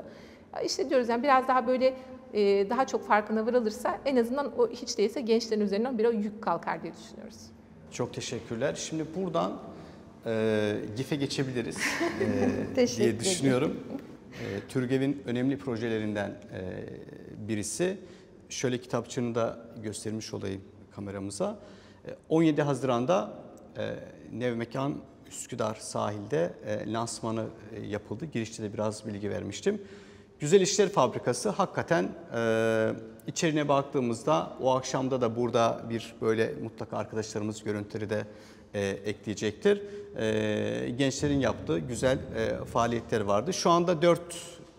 İşte diyoruz yani biraz daha böyle e, daha çok farkına varılırsa en azından o hiç değilse gençlerin üzerinden bir o yük kalkar diye düşünüyoruz. Çok teşekkürler. Şimdi buradan e, GİF'e geçebiliriz e, diye düşünüyorum. E, TÜRGEV'in önemli projelerinden e, birisi. Şöyle kitapçığını da göstermiş olayım kameramıza. E, on yedi Haziran'da e, Nevmekan Üsküdar sahilde e, lansmanı e, yapıldı. Girişte de biraz bilgi vermiştim. Güzel İşler Fabrikası hakikaten e, içeriğine baktığımızda o akşamda da burada bir böyle mutlaka arkadaşlarımız görüntüleri de e, ekleyecektir. E, gençlerin yaptığı güzel e, faaliyetler vardı. Şu anda dört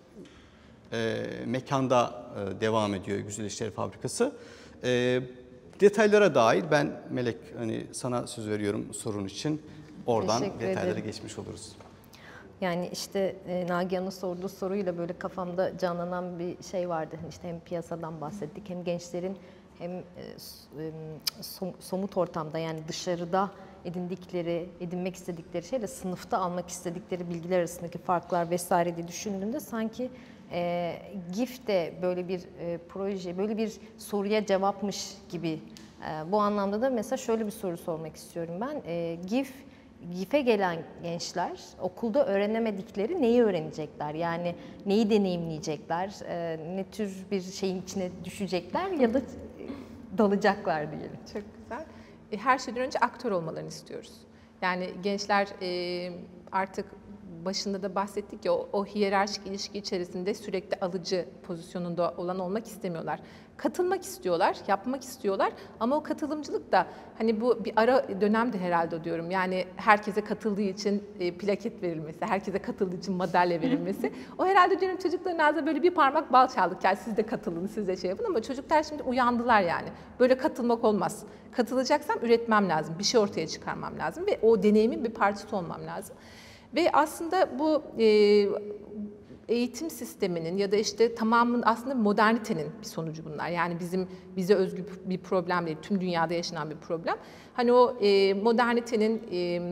e, mekanda e, devam ediyor Güzel İşler Fabrikası. E, detaylara dair ben Melek hani sana söz veriyorum sorun için. Oradan Teşekkür detaylara ederim. geçmiş oluruz. Yani işte e, Nagihan'ın sorduğu soruyla böyle kafamda canlanan bir şey vardı. İşte hem piyasadan bahsettik hem gençlerin hem e, som, somut ortamda yani dışarıda edindikleri, edinmek istedikleri şeyle sınıfta almak istedikleri bilgiler arasındaki farklar vesaire diye düşündüğümde sanki e, GİF de böyle bir e, proje, böyle bir soruya cevapmış gibi. E, bu anlamda da mesela şöyle bir soru sormak istiyorum ben. E, GİF GİF'e gelen gençler okulda öğrenemedikleri neyi öğrenecekler? Yani neyi deneyimleyecekler? E, ne tür bir şeyin içine düşecekler ya da dalacaklar diyelim. Çok güzel. E, Her şeyden önce aktör olmalarını istiyoruz. Yani gençler e, artık başında da bahsettik ya o, o hiyerarşik ilişki içerisinde sürekli alıcı pozisyonunda olan olmak istemiyorlar. Katılmak istiyorlar, yapmak istiyorlar ama o katılımcılık da hani bu bir ara dönemdi herhalde diyorum. Yani herkese katıldığı için e, plaket verilmesi, herkese katıldığı için madalya verilmesi. O herhalde diyorum çocukların ağzına böyle bir parmak bal çaldık. Yani siz de katılın, siz de şey yapın ama çocuklar şimdi uyandılar yani. Böyle katılmak olmaz. Katılacaksam üretmem lazım, bir şey ortaya çıkarmam lazım ve o deneyimin bir parçası olmam lazım. Ve aslında bu e, eğitim sisteminin ya da işte tamamının aslında modernitenin bir sonucu bunlar. Yani bizim bize özgü bir problem değil, tüm dünyada yaşanan bir problem. Hani o e, modernitenin e,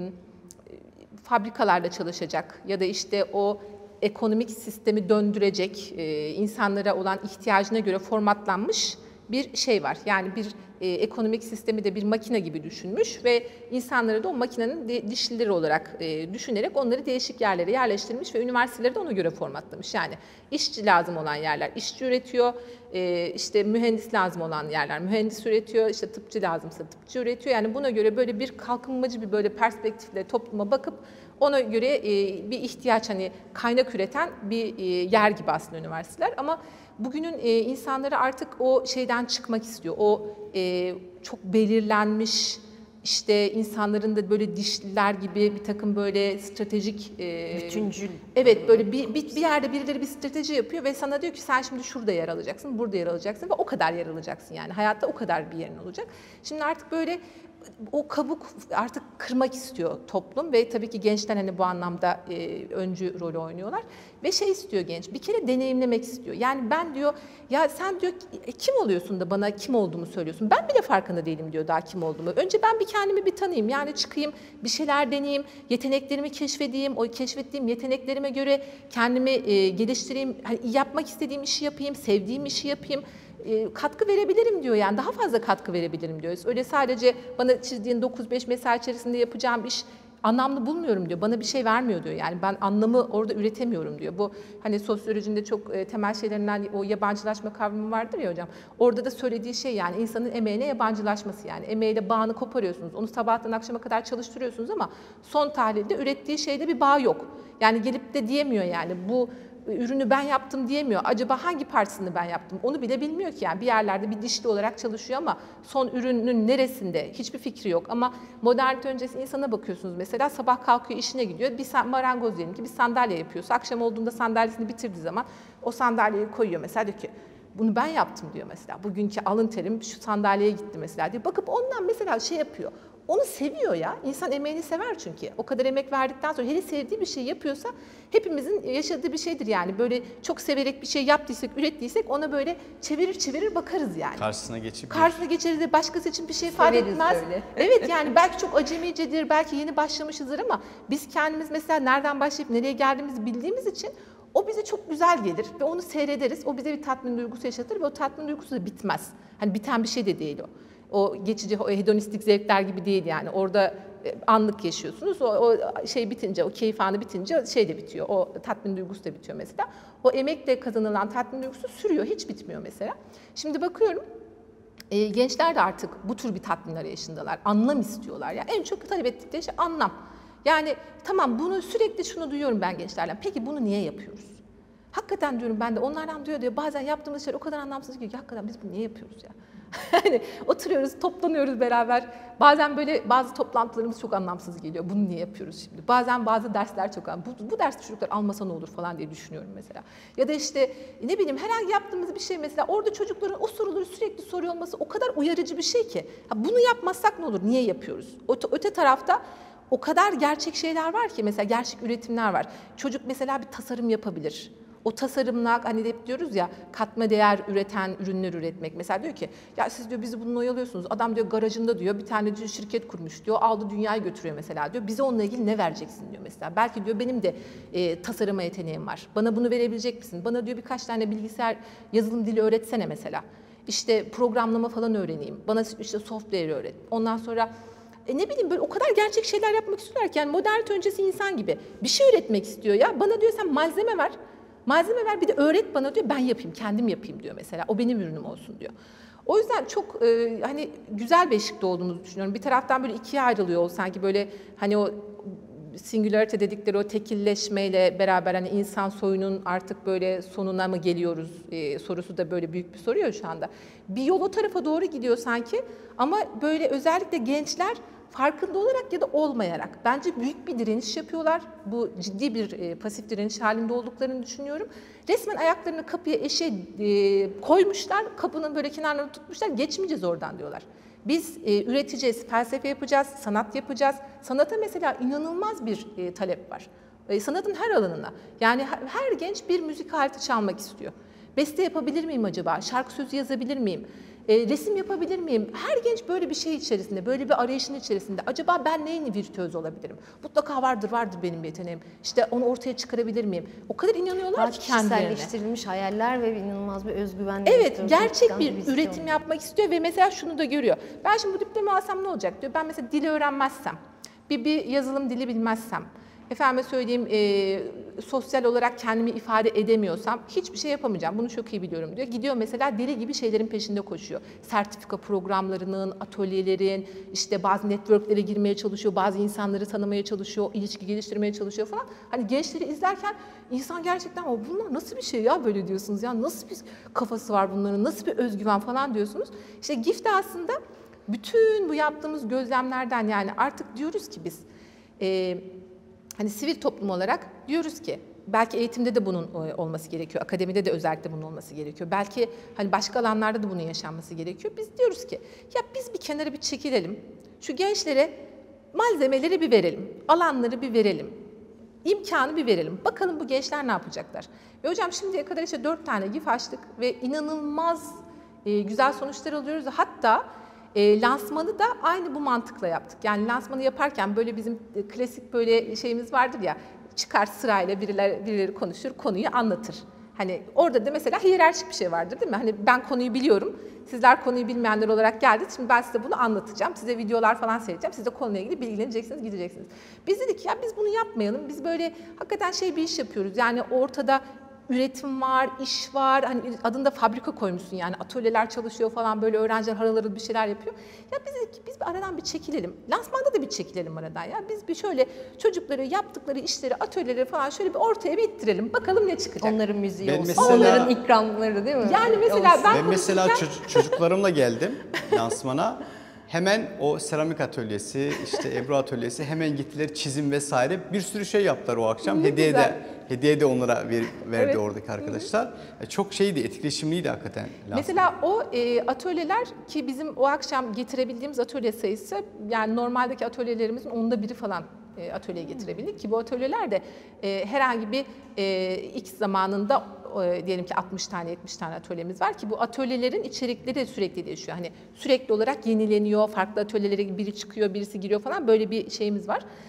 fabrikalarda çalışacak ya da işte o ekonomik sistemi döndürecek, e, insanlara olan ihtiyacına göre formatlanmış bir şey var. Yani bir e, ekonomik sistemi de bir makine gibi düşünmüş ve insanları da o makinenin de, dişlileri olarak e, düşünerek onları değişik yerlere yerleştirmiş ve üniversiteleri de ona göre formatlamış. Yani işçi lazım olan yerler işçi üretiyor, e, işte mühendis lazım olan yerler mühendis üretiyor, işte tıpçı lazımsa tıpçı üretiyor. Yani buna göre böyle bir kalkınmacı bir böyle perspektifle topluma bakıp ona göre e, bir ihtiyaç hani kaynak üreten bir e, yer gibi aslında üniversiteler ama bugünün e, insanları artık o şeyden çıkmak istiyor. O e, çok belirlenmiş işte insanların da böyle dişliler gibi bir takım böyle stratejik e, bütüncül. Evet böyle bir, bir, bir yerde birileri bir strateji yapıyor ve sana diyor ki sen şimdi şurada yer alacaksın, burada yer alacaksın ve o kadar yer alacaksın yani hayatta o kadar bir yerin olacak. Şimdi artık böyle o kabuk artık kırmak istiyor toplum ve tabii ki gençler hani bu anlamda e, öncü rolü oynuyorlar ve şey istiyor genç bir kere deneyimlemek istiyor. Yani ben diyor ya sen diyor kim oluyorsun da bana kim olduğumu söylüyorsun. Ben bile farkında değilim diyor daha kim olduğumu. Önce ben bir kendimi bir tanıyayım yani çıkayım bir şeyler deneyeyim yeteneklerimi keşfedeyim o keşfettiğim yeteneklerime göre kendimi e, geliştireyim hani yapmak istediğim işi yapayım sevdiğim işi yapayım. Katkı verebilirim diyor yani daha fazla katkı verebilirim diyor. Öyle sadece bana çizdiğin dokuz beş mesai içerisinde yapacağım iş anlamlı bulmuyorum diyor. Bana bir şey vermiyor diyor. Yani ben anlamı orada üretemiyorum diyor. Bu hani sosyolojinin çok e, temel şeylerinden o yabancılaşma kavramı vardır ya hocam. Orada da söylediği şey yani insanın emeğine yabancılaşması yani. Emeğiyle bağını koparıyorsunuz. Onu sabahtan akşama kadar çalıştırıyorsunuz ama son tahlilde ürettiği şeyde bir bağ yok. Yani gelip de diyemiyor yani bu ürünü ben yaptım diyemiyor. Acaba hangi parçasını ben yaptım? Onu bile bilmiyor ki yani. Bir yerlerde bir dişli olarak çalışıyor ama son ürünün neresinde? Hiçbir fikri yok. Ama modernite öncesi insana bakıyorsunuz mesela sabah kalkıyor işine gidiyor. Bir marangoz diyelim ki bir sandalye yapıyorsa akşam olduğunda sandalyesini bitirdiği zaman o sandalyeyi koyuyor. Mesela diyor ki bunu ben yaptım diyor mesela. Bugünkü alın terim şu sandalyeye gitti mesela diye. Bakıp ondan mesela şey yapıyor. Onu seviyor ya. İnsan emeğini sever çünkü. O kadar emek verdikten sonra hele sevdiği bir şey yapıyorsa hepimizin yaşadığı bir şeydir yani. Böyle çok severek bir şey yaptıysak, ürettiysek ona böyle çevirir çevirir bakarız yani. Karşısına geçip Karşısına geçeriz de başkası için bir şey ifade etmez. Öyle. Evet yani belki çok acemicedir, belki yeni başlamışızdır ama biz kendimiz mesela nereden başlayıp nereye geldiğimizi bildiğimiz için O bize çok güzel gelir ve onu seyrederiz. O bize bir tatmin duygusu yaşatır ve o tatmin duygusu da bitmez. Hani biten bir şey de değil o. O geçici, o hedonistik zevkler gibi değil yani. Orada anlık yaşıyorsunuz. O, o şey bitince, o keyif anı bitince şey de bitiyor. O tatmin duygusu da bitiyor mesela. O emekle kazanılan tatmin duygusu sürüyor, hiç bitmiyor mesela. Şimdi bakıyorum, e, gençler de artık bu tür bir tatmin arayışındalar. Anlam istiyorlar. Yani en çok talep ettikleri şey anlam. Yani tamam, bunu sürekli şunu duyuyorum ben gençlerden. Peki bunu niye yapıyoruz? Hakikaten diyorum, ben de onlardan duyuyor diyor. Bazen yaptığımız şeyler o kadar anlamsız ki hakikaten biz bunu niye yapıyoruz ya? Yani oturuyoruz, toplanıyoruz beraber. Bazen böyle bazı toplantılarımız çok anlamsız geliyor. Bunu niye yapıyoruz şimdi? Bazen bazı dersler çok anlamsız. Bu, bu ders çocuklar almasa ne olur falan diye düşünüyorum mesela. Ya da işte ne bileyim, herhangi yaptığımız bir şey mesela, orada çocukların o soruları sürekli soruyor olması o kadar uyarıcı bir şey ki. Ha, bunu yapmazsak ne olur? Niye yapıyoruz? Öte, öte tarafta o kadar gerçek şeyler var ki, mesela gerçek üretimler var. Çocuk mesela bir tasarım yapabilir. O tasarımla, hani hep diyoruz ya, katma değer üreten ürünler üretmek. Mesela diyor ki, ya siz diyor bizi bununla oyalıyorsunuz. Adam diyor garajında diyor bir tane diyor şirket kurmuş diyor. Aldı dünyayı götürüyor mesela diyor. Bize onunla ilgili ne vereceksin diyor mesela. Belki diyor benim de e, tasarıma yeteneğim var. Bana bunu verebilecek misin? Bana diyor birkaç tane bilgisayar yazılım dili öğretsene mesela. İşte programlama falan öğreneyim. Bana işte software öğret. Ondan sonra E ne bileyim, böyle o kadar gerçek şeyler yapmak istiyorlar ki, yani modernite öncesi insan gibi bir şey üretmek istiyor ya. Bana diyor sen malzeme ver, malzeme ver bir de öğret bana diyor, ben yapayım, kendim yapayım diyor mesela. O benim ürünüm olsun diyor. O yüzden çok e, hani güzel bir eşikte olduğumuzu düşünüyorum. Bir taraftan böyle ikiye ayrılıyor o sanki, böyle hani o singularity dedikleri o tekilleşmeyle beraber hani insan soyunun artık böyle sonuna mı geliyoruz e, sorusu da böyle büyük bir soru ya şu anda. Bir yol o tarafa doğru gidiyor sanki, ama böyle özellikle gençler farkında olarak ya da olmayarak bence büyük bir direniş yapıyorlar. Bu ciddi bir e, pasif direniş halinde olduklarını düşünüyorum. Resmen ayaklarını kapıya, eşe e, koymuşlar, kapının böyle kenarlarını tutmuşlar, geçmeyeceğiz oradan diyorlar. Biz e, üreteceğiz, felsefe yapacağız, sanat yapacağız. Sanata mesela inanılmaz bir e, talep var. E, sanatın her alanına. Yani her, her genç bir müzik aleti çalmak istiyor. Beste yapabilir miyim acaba? Şarkı sözü yazabilir miyim? E, resim yapabilir miyim? Her genç böyle bir şey içerisinde, böyle bir arayışın içerisinde. Acaba ben neyin virtüöz olabilirim? Mutlaka vardır, vardır benim yeteneğim. İşte onu ortaya çıkarabilir miyim? O kadar inanıyorlar Daha ki kendilerine. kişiselleştirilmiş hayaller ve inanılmaz bir özgüven. Evet, gerçek bir üretim yapmak istiyor ve mesela şunu da görüyor. Ben şimdi bu diplomayı alsam ne olacak diyor. Ben mesela dili öğrenmezsem, bir, bir yazılım dili bilmezsem, efendime söyleyeyim e, sosyal olarak kendimi ifade edemiyorsam hiçbir şey yapamayacağım. Bunu çok iyi biliyorum diyor. Gidiyor mesela deli gibi şeylerin peşinde koşuyor. Sertifika programlarının, atölyelerin, işte bazı networklere girmeye çalışıyor, bazı insanları tanımaya çalışıyor, ilişki geliştirmeye çalışıyor falan. Hani gençleri izlerken insan gerçekten o bunlar nasıl bir şey ya böyle diyorsunuz ya, nasıl bir kafası var bunların, nasıl bir özgüven falan diyorsunuz. İşte GIFT de aslında bütün bu yaptığımız gözlemlerden, yani artık diyoruz ki biz e, hani sivil toplum olarak diyoruz ki belki eğitimde de bunun olması gerekiyor, akademide de özellikle bunun olması gerekiyor. Belki hani başka alanlarda da bunun yaşanması gerekiyor. Biz diyoruz ki ya biz bir kenara bir çekilelim, şu gençlere malzemeleri bir verelim, alanları bir verelim, imkanı bir verelim. Bakalım bu gençler ne yapacaklar? Ve hocam şimdiye kadar işte dört tane GIF açtık ve inanılmaz e, güzel sonuçlar alıyoruz. Hatta E, lansmanı da aynı bu mantıkla yaptık. Yani lansmanı yaparken böyle bizim e, klasik böyle şeyimiz vardır ya, çıkar sırayla birileri, birileri konuşur, konuyu anlatır. Hani orada da mesela hiyerarşik bir şey vardır değil mi? Hani ben konuyu biliyorum, sizler konuyu bilmeyenler olarak geldiniz, şimdi ben size bunu anlatacağım, size videolar falan seyredeceğim, siz de konuyla ilgili bilgileneceksiniz, gideceksiniz. Biz dedik ya biz bunu yapmayalım, biz böyle hakikaten şey bir iş yapıyoruz, yani ortada üretim var, iş var, hani adında fabrika koymuşsun, yani atölyeler çalışıyor falan, böyle öğrenciler harıl harıl bir şeyler yapıyor. Ya biz dedik ki biz bir aradan bir çekilelim. Lansmanda da bir çekilelim aradan ya. Biz bir şöyle çocukları yaptıkları işleri, atölyeleri falan şöyle bir ortaya bir ittirelim. Bakalım ne çıkacak. Onların müziği Ben olsun, mesela- onların ikramları değil mi? Yani mesela Olsun. ben, Ben mesela konuşurken- çocuk- çocuklarımla geldim lansmana. Hemen o seramik atölyesi, işte Ebru atölyesi, hemen gittiler çizim vesaire, bir sürü şey yaptılar o akşam. Ne hediye güzel. de hediye de onlara ver, verdi Evet. oradaki arkadaşlar. Çok şeydi, etkileşimliydi hakikaten lansman. Mesela o e, atölyeler, ki bizim o akşam getirebildiğimiz atölye sayısı, yani normaldeki atölyelerimizin onda biri falan e, atölyeye getirebildik ki bu atölyeler de e, herhangi bir e, X zamanında e, diyelim ki altmış tane yetmiş tane atölyemiz var ki bu atölyelerin içerikleri sürekli değişiyor. Hani sürekli olarak yenileniyor, farklı atölyelere biri çıkıyor, birisi giriyor falan, böyle bir şeyimiz var.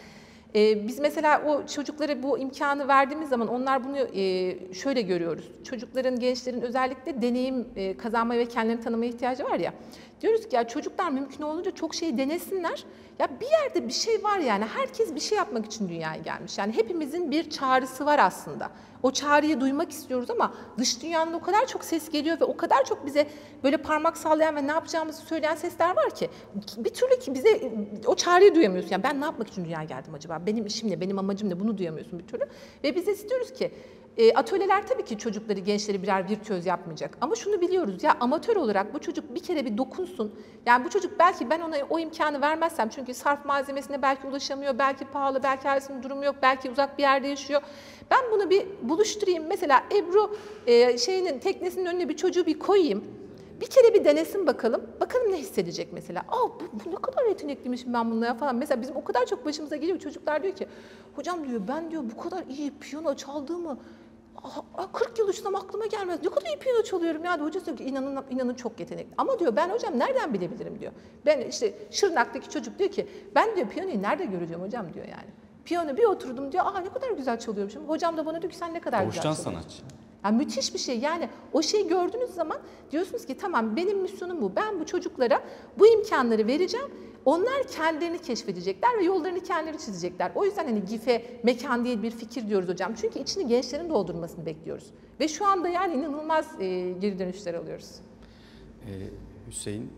Ee, biz mesela o çocuklara bu imkanı verdiğimiz zaman onlar bunu e, şöyle görüyoruz. Çocukların, gençlerin özellikle deneyim e, kazanmaya ve kendilerini tanımaya ihtiyacı var ya. Diyoruz ki ya çocuklar mümkün olduğunca çok şey denesinler. Ya bir yerde bir şey var yani herkes bir şey yapmak için dünyaya gelmiş. Yani hepimizin bir çağrısı var aslında. O çağrıyı duymak istiyoruz ama dış dünyanın o kadar çok ses geliyor ve o kadar çok bize böyle parmak sallayan ve ne yapacağımızı söyleyen sesler var ki bir türlü ki bize o çağrıyı duyamıyorsun. Yani ben ne yapmak için dünyaya geldim acaba? Benim işim ne? Benim amacım ne? Bunu duyamıyorsun bir türlü. Ve biz istiyoruz ki E, atölyeler tabii ki çocukları, gençleri birer virtüöz yapmayacak. Ama şunu biliyoruz ya amatör olarak bu çocuk bir kere bir dokunsun. Yani bu çocuk belki ben ona o imkanı vermezsem çünkü sarf malzemesine belki ulaşamıyor, belki pahalı, belki ailesinin durumu yok, belki uzak bir yerde yaşıyor. Ben bunu bir buluşturayım. Mesela Ebru e, şeyinin teknesinin önüne bir çocuğu bir koyayım. Bir kere bir denesin bakalım. Bakalım ne hissedecek mesela. Aa bu, bu ne kadar yetenekliymişim ben bununla falan. Mesela bizim o kadar çok başımıza geliyor. Çocuklar diyor ki hocam diyor ben diyor bu kadar iyi piyano çaldığımı kırk yıl uçsam aklıma gelmez. Ne kadar iyi piyano çalıyorum ya. Hoca diyor ki inanın, inanın çok yetenekli. Ama diyor ben hocam nereden bilebilirim diyor. Ben işte Şırnak'taki çocuk diyor ki ben diyor piyanoyu nerede göreceğim hocam diyor yani. Piyano bir oturdum diyor. Aa ne kadar güzel çalıyormuşum. Hocam da bana diyor ki sen ne kadar Doğuştan güzel çalıyorsun. sanatçı. Yani müthiş bir şey. Yani o şeyi gördüğünüz zaman diyorsunuz ki tamam benim misyonum bu. Ben bu çocuklara bu imkanları vereceğim. Onlar kendilerini keşfedecekler ve yollarını kendileri çizecekler. O yüzden hani GİF'e mekan değil bir fikir diyoruz hocam. Çünkü içini gençlerin doldurmasını bekliyoruz. Ve şu anda yani inanılmaz e, geri dönüşler alıyoruz. Ee, Hüseyin.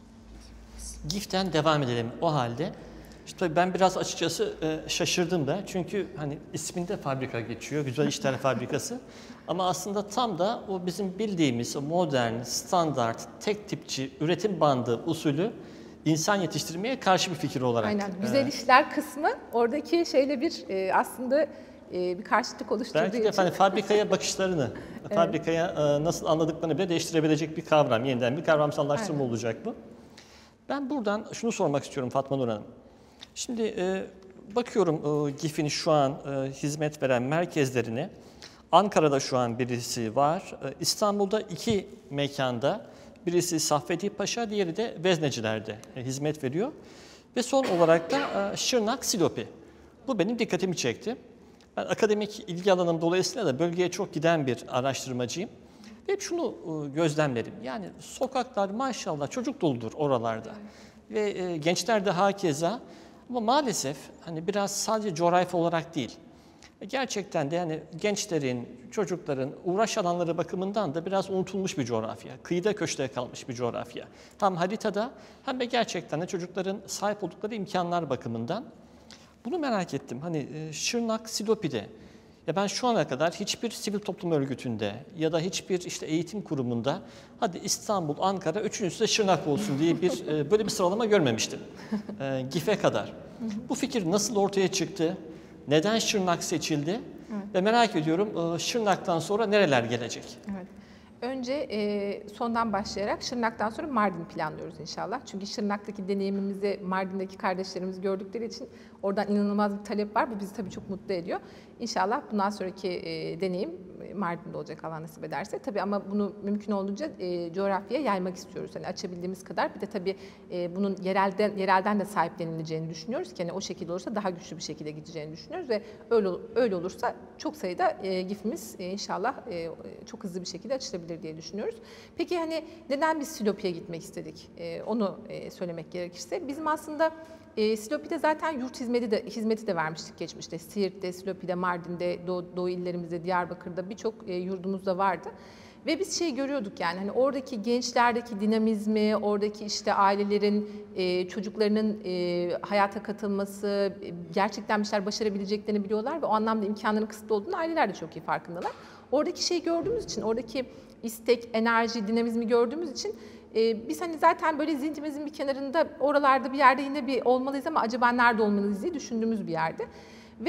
GİF'ten devam edelim o halde. İşte tabii ben biraz açıkçası e, şaşırdım da çünkü hani isminde fabrika geçiyor, Güzel İşler Fabrikası. Ama aslında tam da o bizim bildiğimiz o modern, standart, tek tipçi üretim bandı usulü insan yetiştirmeye karşı bir fikir olarak. Aynen. Güzel e, işler kısmı oradaki şeyle bir e, aslında e, bir karşıtlık oluşturduğu belki de için. efendim fabrikaya bakışlarını, evet. fabrikaya e, nasıl anladıklarını bile değiştirebilecek bir kavram, yeniden bir kavramsallaştırma Aynen. olacak bu. Ben buradan şunu sormak istiyorum Fatma Nur Hanım. Şimdi e, bakıyorum e, GİF'in şu an e, hizmet veren merkezlerine. Ankara'da şu an birisi var. E, İstanbul'da iki mekanda. Birisi Saffeti Paşa, diğeri de Vezneciler'de e, hizmet veriyor. Ve son olarak da e, Şırnak Silopi. Bu benim dikkatimi çekti. Ben akademik ilgi alanım dolayısıyla da bölgeye çok giden bir araştırmacıyım. Ve hep şunu e, gözlemledim. Yani sokaklar maşallah çocuk doludur oralarda. Ve e, gençler de hakeza. Ama maalesef hani biraz sadece coğrafi olarak değil, gerçekten de yani gençlerin, çocukların uğraş alanları bakımından da biraz unutulmuş bir coğrafya. Kıyıda köşede kalmış bir coğrafya. Hem haritada hem de gerçekten de çocukların sahip oldukları imkanlar bakımından. Bunu merak ettim. Hani Şırnak, Silopi'de ya ben şu ana kadar hiçbir sivil toplum örgütünde ya da hiçbir işte eğitim kurumunda hadi İstanbul, Ankara, üçüncüsü de Şırnak olsun diye bir böyle bir sıralama görmemiştim. GİF'e kadar. Bu fikir nasıl ortaya çıktı? Neden Şırnak seçildi? Evet. Ve merak ediyorum Şırnak'tan sonra nereler gelecek? Evet. Önce e, sondan başlayarak Şırnak'tan sonra Mardin planlıyoruz inşallah. Çünkü Şırnak'taki deneyimimizi Mardin'deki kardeşlerimiz gördükleri için oradan inanılmaz bir talep var. Bu bizi tabii çok mutlu ediyor. İnşallah bundan sonraki e, deneyim Mardin'de olacak Allah nasip ederse. Tabii ama bunu mümkün olduğunca e, coğrafyaya yaymak istiyoruz. Hani açabildiğimiz kadar. Bir de tabii e, bunun yerelden yerelden de sahiplenileceğini düşünüyoruz ki hani o şekilde olursa daha güçlü bir şekilde gideceğini düşünüyoruz ve öyle öyle olursa çok sayıda e, GİF'imiz e, inşallah e, çok hızlı bir şekilde açılabilir diye düşünüyoruz. Peki hani neden biz Silopi'ye gitmek istedik? E, onu e, söylemek gerekirse bizim aslında E, Silopi'de zaten yurt hizmeti de hizmeti de vermiştik geçmişte. Siirt'te, Silopi'de, Mardin'de, Doğu, Doğu illerimizde, Diyarbakır'da birçok e, yurdumuz da vardı. Ve biz şey görüyorduk yani hani oradaki gençlerdeki dinamizmi, oradaki işte ailelerin e, çocuklarının e, hayata katılması, e, gerçekten bir şeyler başarabileceklerini biliyorlar ve o anlamda imkanların kısıtlı olduğunu aileler de çok iyi farkındalar. Oradaki şeyi gördüğümüz için, oradaki istek, enerji, dinamizmi gördüğümüz için Ee, biz hani zaten böyle zihnimizin bir kenarında oralarda bir yerde yine bir olmalıyız ama acaba nerede olmalıyız diye düşündüğümüz bir yerde. Ve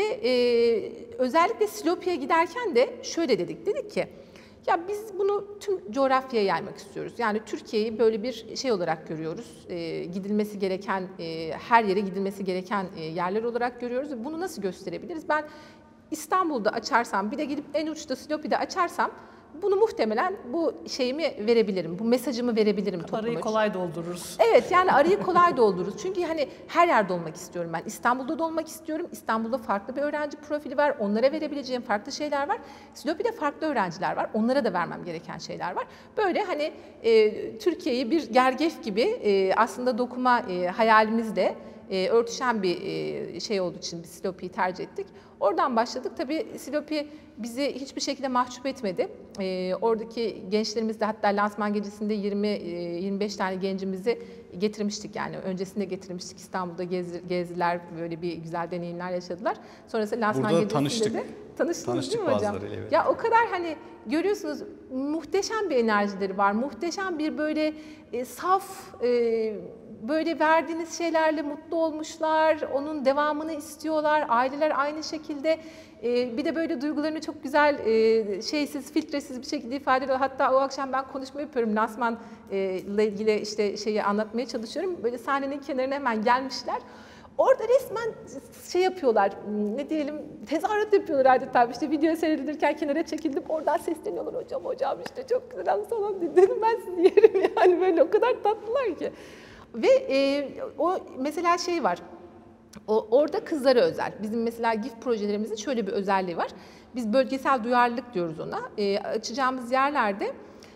e, özellikle Silopi'ye giderken de şöyle dedik, dedik ki ya biz bunu tüm coğrafyaya yaymak istiyoruz. Yani Türkiye'yi böyle bir şey olarak görüyoruz, e, gidilmesi gereken, e, her yere gidilmesi gereken e, yerler olarak görüyoruz ve bunu nasıl gösterebiliriz? Ben İstanbul'da açarsam, bir de gidip en uçta Silopi'de açarsam bunu muhtemelen bu şeyimi verebilirim, bu mesajımı verebilirim topluma. Arayı kolay doldururuz. Evet, yani arayı kolay doldururuz. Çünkü hani her yerde olmak istiyorum ben. İstanbul'da da olmak istiyorum. İstanbul'da farklı bir öğrenci profili var. Onlara verebileceğim farklı şeyler var. Silopi'de farklı öğrenciler var. Onlara da vermem gereken şeyler var. Böyle hani e, Türkiye'yi bir gergef gibi e, aslında dokuma e, hayalimizle e, örtüşen bir e, şey olduğu için biz Silopi'yi tercih ettik. Oradan başladık. Tabii Silopi bizi hiçbir şekilde mahcup etmedi. E, oradaki gençlerimiz de, hatta lansman gecesinde yirmi yirmi beş tane gencimizi getirmiştik, yani öncesinde getirmiştik. İstanbul'da gezi, gezdiler, böyle bir güzel deneyimler yaşadılar. Sonrasında lansman Burada gecesinde tanıştık. de tanıştınız Tanıştık değil mi hocam? bazılarıyla, evet. Ya o kadar hani görüyorsunuz, muhteşem bir enerjileri var. Muhteşem bir böyle e, saf, e, böyle verdiğiniz şeylerle mutlu olmuşlar. Onun devamını istiyorlar. Aileler aynı şekilde. E, bir de böyle duygularını çok güzel, e, şeysiz, filtresiz bir şekilde ifade ediyor. Hatta o akşam ben konuşma yapıyorum. Lansman e, ile ilgili işte şeyi anlatmaya çalışıyorum. Böyle sahnenin kenarına hemen gelmişler. Orada resmen şey yapıyorlar, ne diyelim, tezahürat yapıyorlar adeta. İşte video seyredilirken kenara çekildim, oradan sesleniyorlar, hocam hocam işte çok güzel falan dedim, ben sizi yerim yani, böyle o kadar tatlılar ki. Ve e, o mesela şey var, o, orada kızlara özel. Bizim mesela GIF projelerimizin şöyle bir özelliği var. Biz bölgesel duyarlılık diyoruz ona. E, açacağımız yerlerde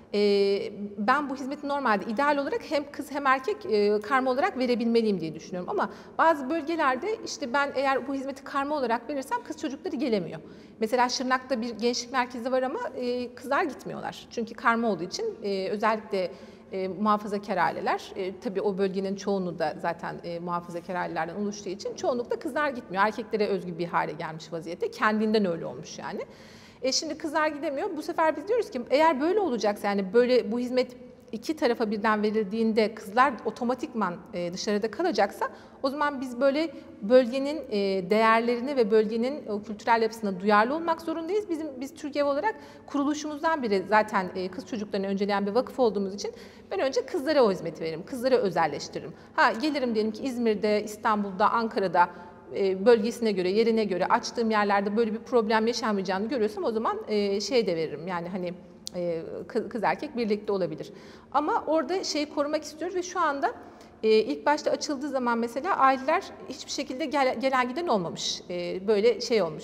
Ee, ben bu hizmeti normalde ideal olarak hem kız hem erkek e, karma olarak verebilmeliyim diye düşünüyorum. Ama bazı bölgelerde işte ben eğer bu hizmeti karma olarak verirsem kız çocukları gelemiyor. Mesela Şırnak'ta bir gençlik merkezi var ama e, kızlar gitmiyorlar. Çünkü karma olduğu için e, özellikle e, muhafazakar aileler, e, tabii o bölgenin çoğunluğu da zaten e, muhafazakar ailelerden oluştuğu için çoğunlukla kızlar gitmiyor. Erkeklere özgü bir hale gelmiş vaziyette. Kendinden öyle olmuş yani. E şimdi kızlar gidemiyor. Bu sefer biz diyoruz ki eğer böyle olacaksa, yani böyle bu hizmet iki tarafa birden verildiğinde kızlar otomatikman e, dışarıda kalacaksa, o zaman biz böyle bölgenin e, değerlerine ve bölgenin o kültürel yapısına duyarlı olmak zorundayız. Bizim biz Türkiye olarak kuruluşumuzdan beri zaten e, kız çocuklarını önceleyen bir vakıf olduğumuz için ben önce kızlara o hizmeti veririm. Kızlara özelleştiririm. Ha gelirim diyelim ki İzmir'de, İstanbul'da, Ankara'da bölgesine göre, yerine göre açtığım yerlerde böyle bir problem yaşanmayacağını görüyorsam o zaman şey de veririm. Yani hani kız erkek birlikte olabilir. Ama orada şeyi korumak istiyoruz ve şu anda ilk başta açıldığı zaman mesela aileler hiçbir şekilde gelen giden olmamış. Böyle şey olmuş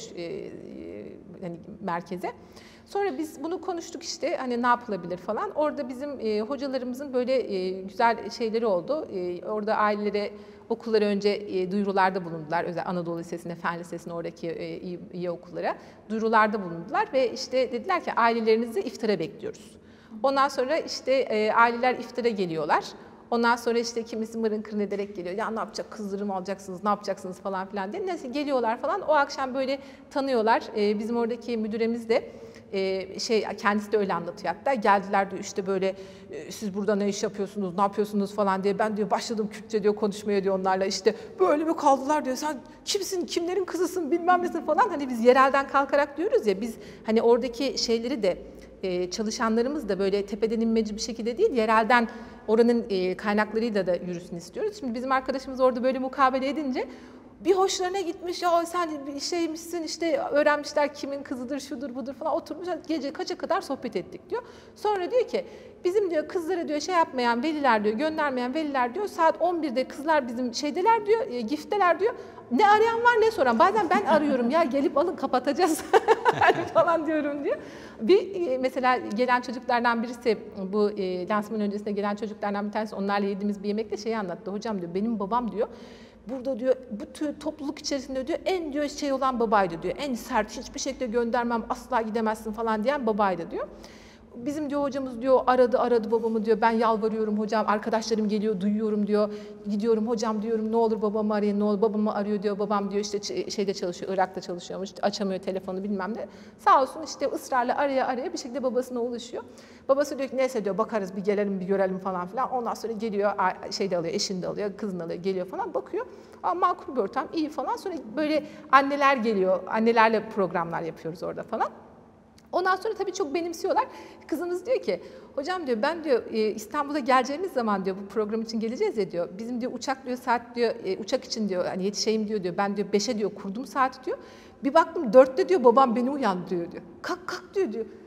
hani merkeze. Sonra biz bunu konuştuk işte hani ne yapılabilir falan. Orada bizim e, hocalarımızın böyle e, güzel şeyleri oldu. E, orada ailelere, okullara önce e, duyurularda bulundular. Özel Anadolu Lisesi'ne, Fen Lisesi'ne, oradaki e, iyi, iyi okullara duyurularda bulundular. Ve işte dediler ki ailelerinizi iftara bekliyoruz. Ondan sonra işte e, aileler iftara geliyorlar. Ondan sonra işte kimisi mırın kırın ederek geliyor. Ya ne yapacak, kızları mı alacaksınız, ne yapacaksınız falan filan diye. Neyse geliyorlar falan. O akşam böyle tanıyorlar. E, bizim oradaki müdüremiz de Ee, şey kendisi de öyle anlatıyor hatta. Geldiler diyor işte böyle e, siz burada ne iş yapıyorsunuz, ne yapıyorsunuz falan diye. Ben diyor başladım Kürtçe diyor konuşmaya diyor onlarla, işte böyle mi kaldılar diyor. Sen kimsin, kimlerin kızısın bilmem nesin falan. Hani biz yerelden kalkarak diyoruz ya, biz hani oradaki şeyleri de e, çalışanlarımız da böyle tepeden inmeci bir şekilde değil, yerelden oranın e, kaynaklarıyla da yürüsün istiyoruz. Şimdi bizim arkadaşımız orada böyle mukabele edince bir hoşlarına gitmiş, ya sen bir şeymişsin işte, öğrenmişler kimin kızıdır, şudur budur falan, oturmuş gece kaça kadar sohbet ettik diyor. Sonra diyor ki bizim diyor kızlara diyor şey yapmayan veliler diyor, göndermeyen veliler diyor saat on birde kızlar bizim şeydeler diyor, e, gifteler diyor. Ne arayan var ne soran. Bazen ben arıyorum ya gelip alın kapatacağız falan diyorum diyor. Bir e, mesela gelen çocuklardan birisi, bu e, lansman öncesinde gelen çocuklardan bir tanesi onlarla yediğimiz bir yemekte şeyi anlattı. Hocam diyor benim babam diyor burada diyor bütün topluluk içerisinde diyor en diyor şey olan babaydı diyor. En sert, hiçbir şekilde göndermem, asla gidemezsin falan diyen babaydı diyor. Bizim diyor hocamız diyor aradı aradı babamı diyor, ben yalvarıyorum hocam, arkadaşlarım geliyor duyuyorum diyor, gidiyorum hocam diyorum ne olur babamı arayın, ne olur babamı arıyor diyor, babam diyor işte şeyde çalışıyor, Irak'ta çalışıyormuş, açamıyor telefonu bilmem ne. Sağ olsun işte ısrarla araya araya bir şekilde babasına ulaşıyor. Babası diyor ki neyse diyor bakarız bir gelelim bir görelim falan filan. Ondan sonra geliyor şeyde alıyor, eşini de alıyor, kızını alıyor, geliyor falan bakıyor. Aa, makul bir ortam, iyi falan. Sonra böyle anneler geliyor, annelerle programlar yapıyoruz orada falan. Ondan sonra tabii çok benimsiyorlar. Kızımız diyor ki, hocam diyor ben diyor İstanbul'a geleceğimiz zaman diyor bu program için geleceğiz ya diyor. Bizim diyor uçak diyor saat diyor uçak için diyor hani yetişeyim diyor diyor. Ben diyor beşe diyor kurdum saati diyor. Bir baktım dörtte diyor babam beni uyandırıyor diyor. Kalk kalk diyor diyor.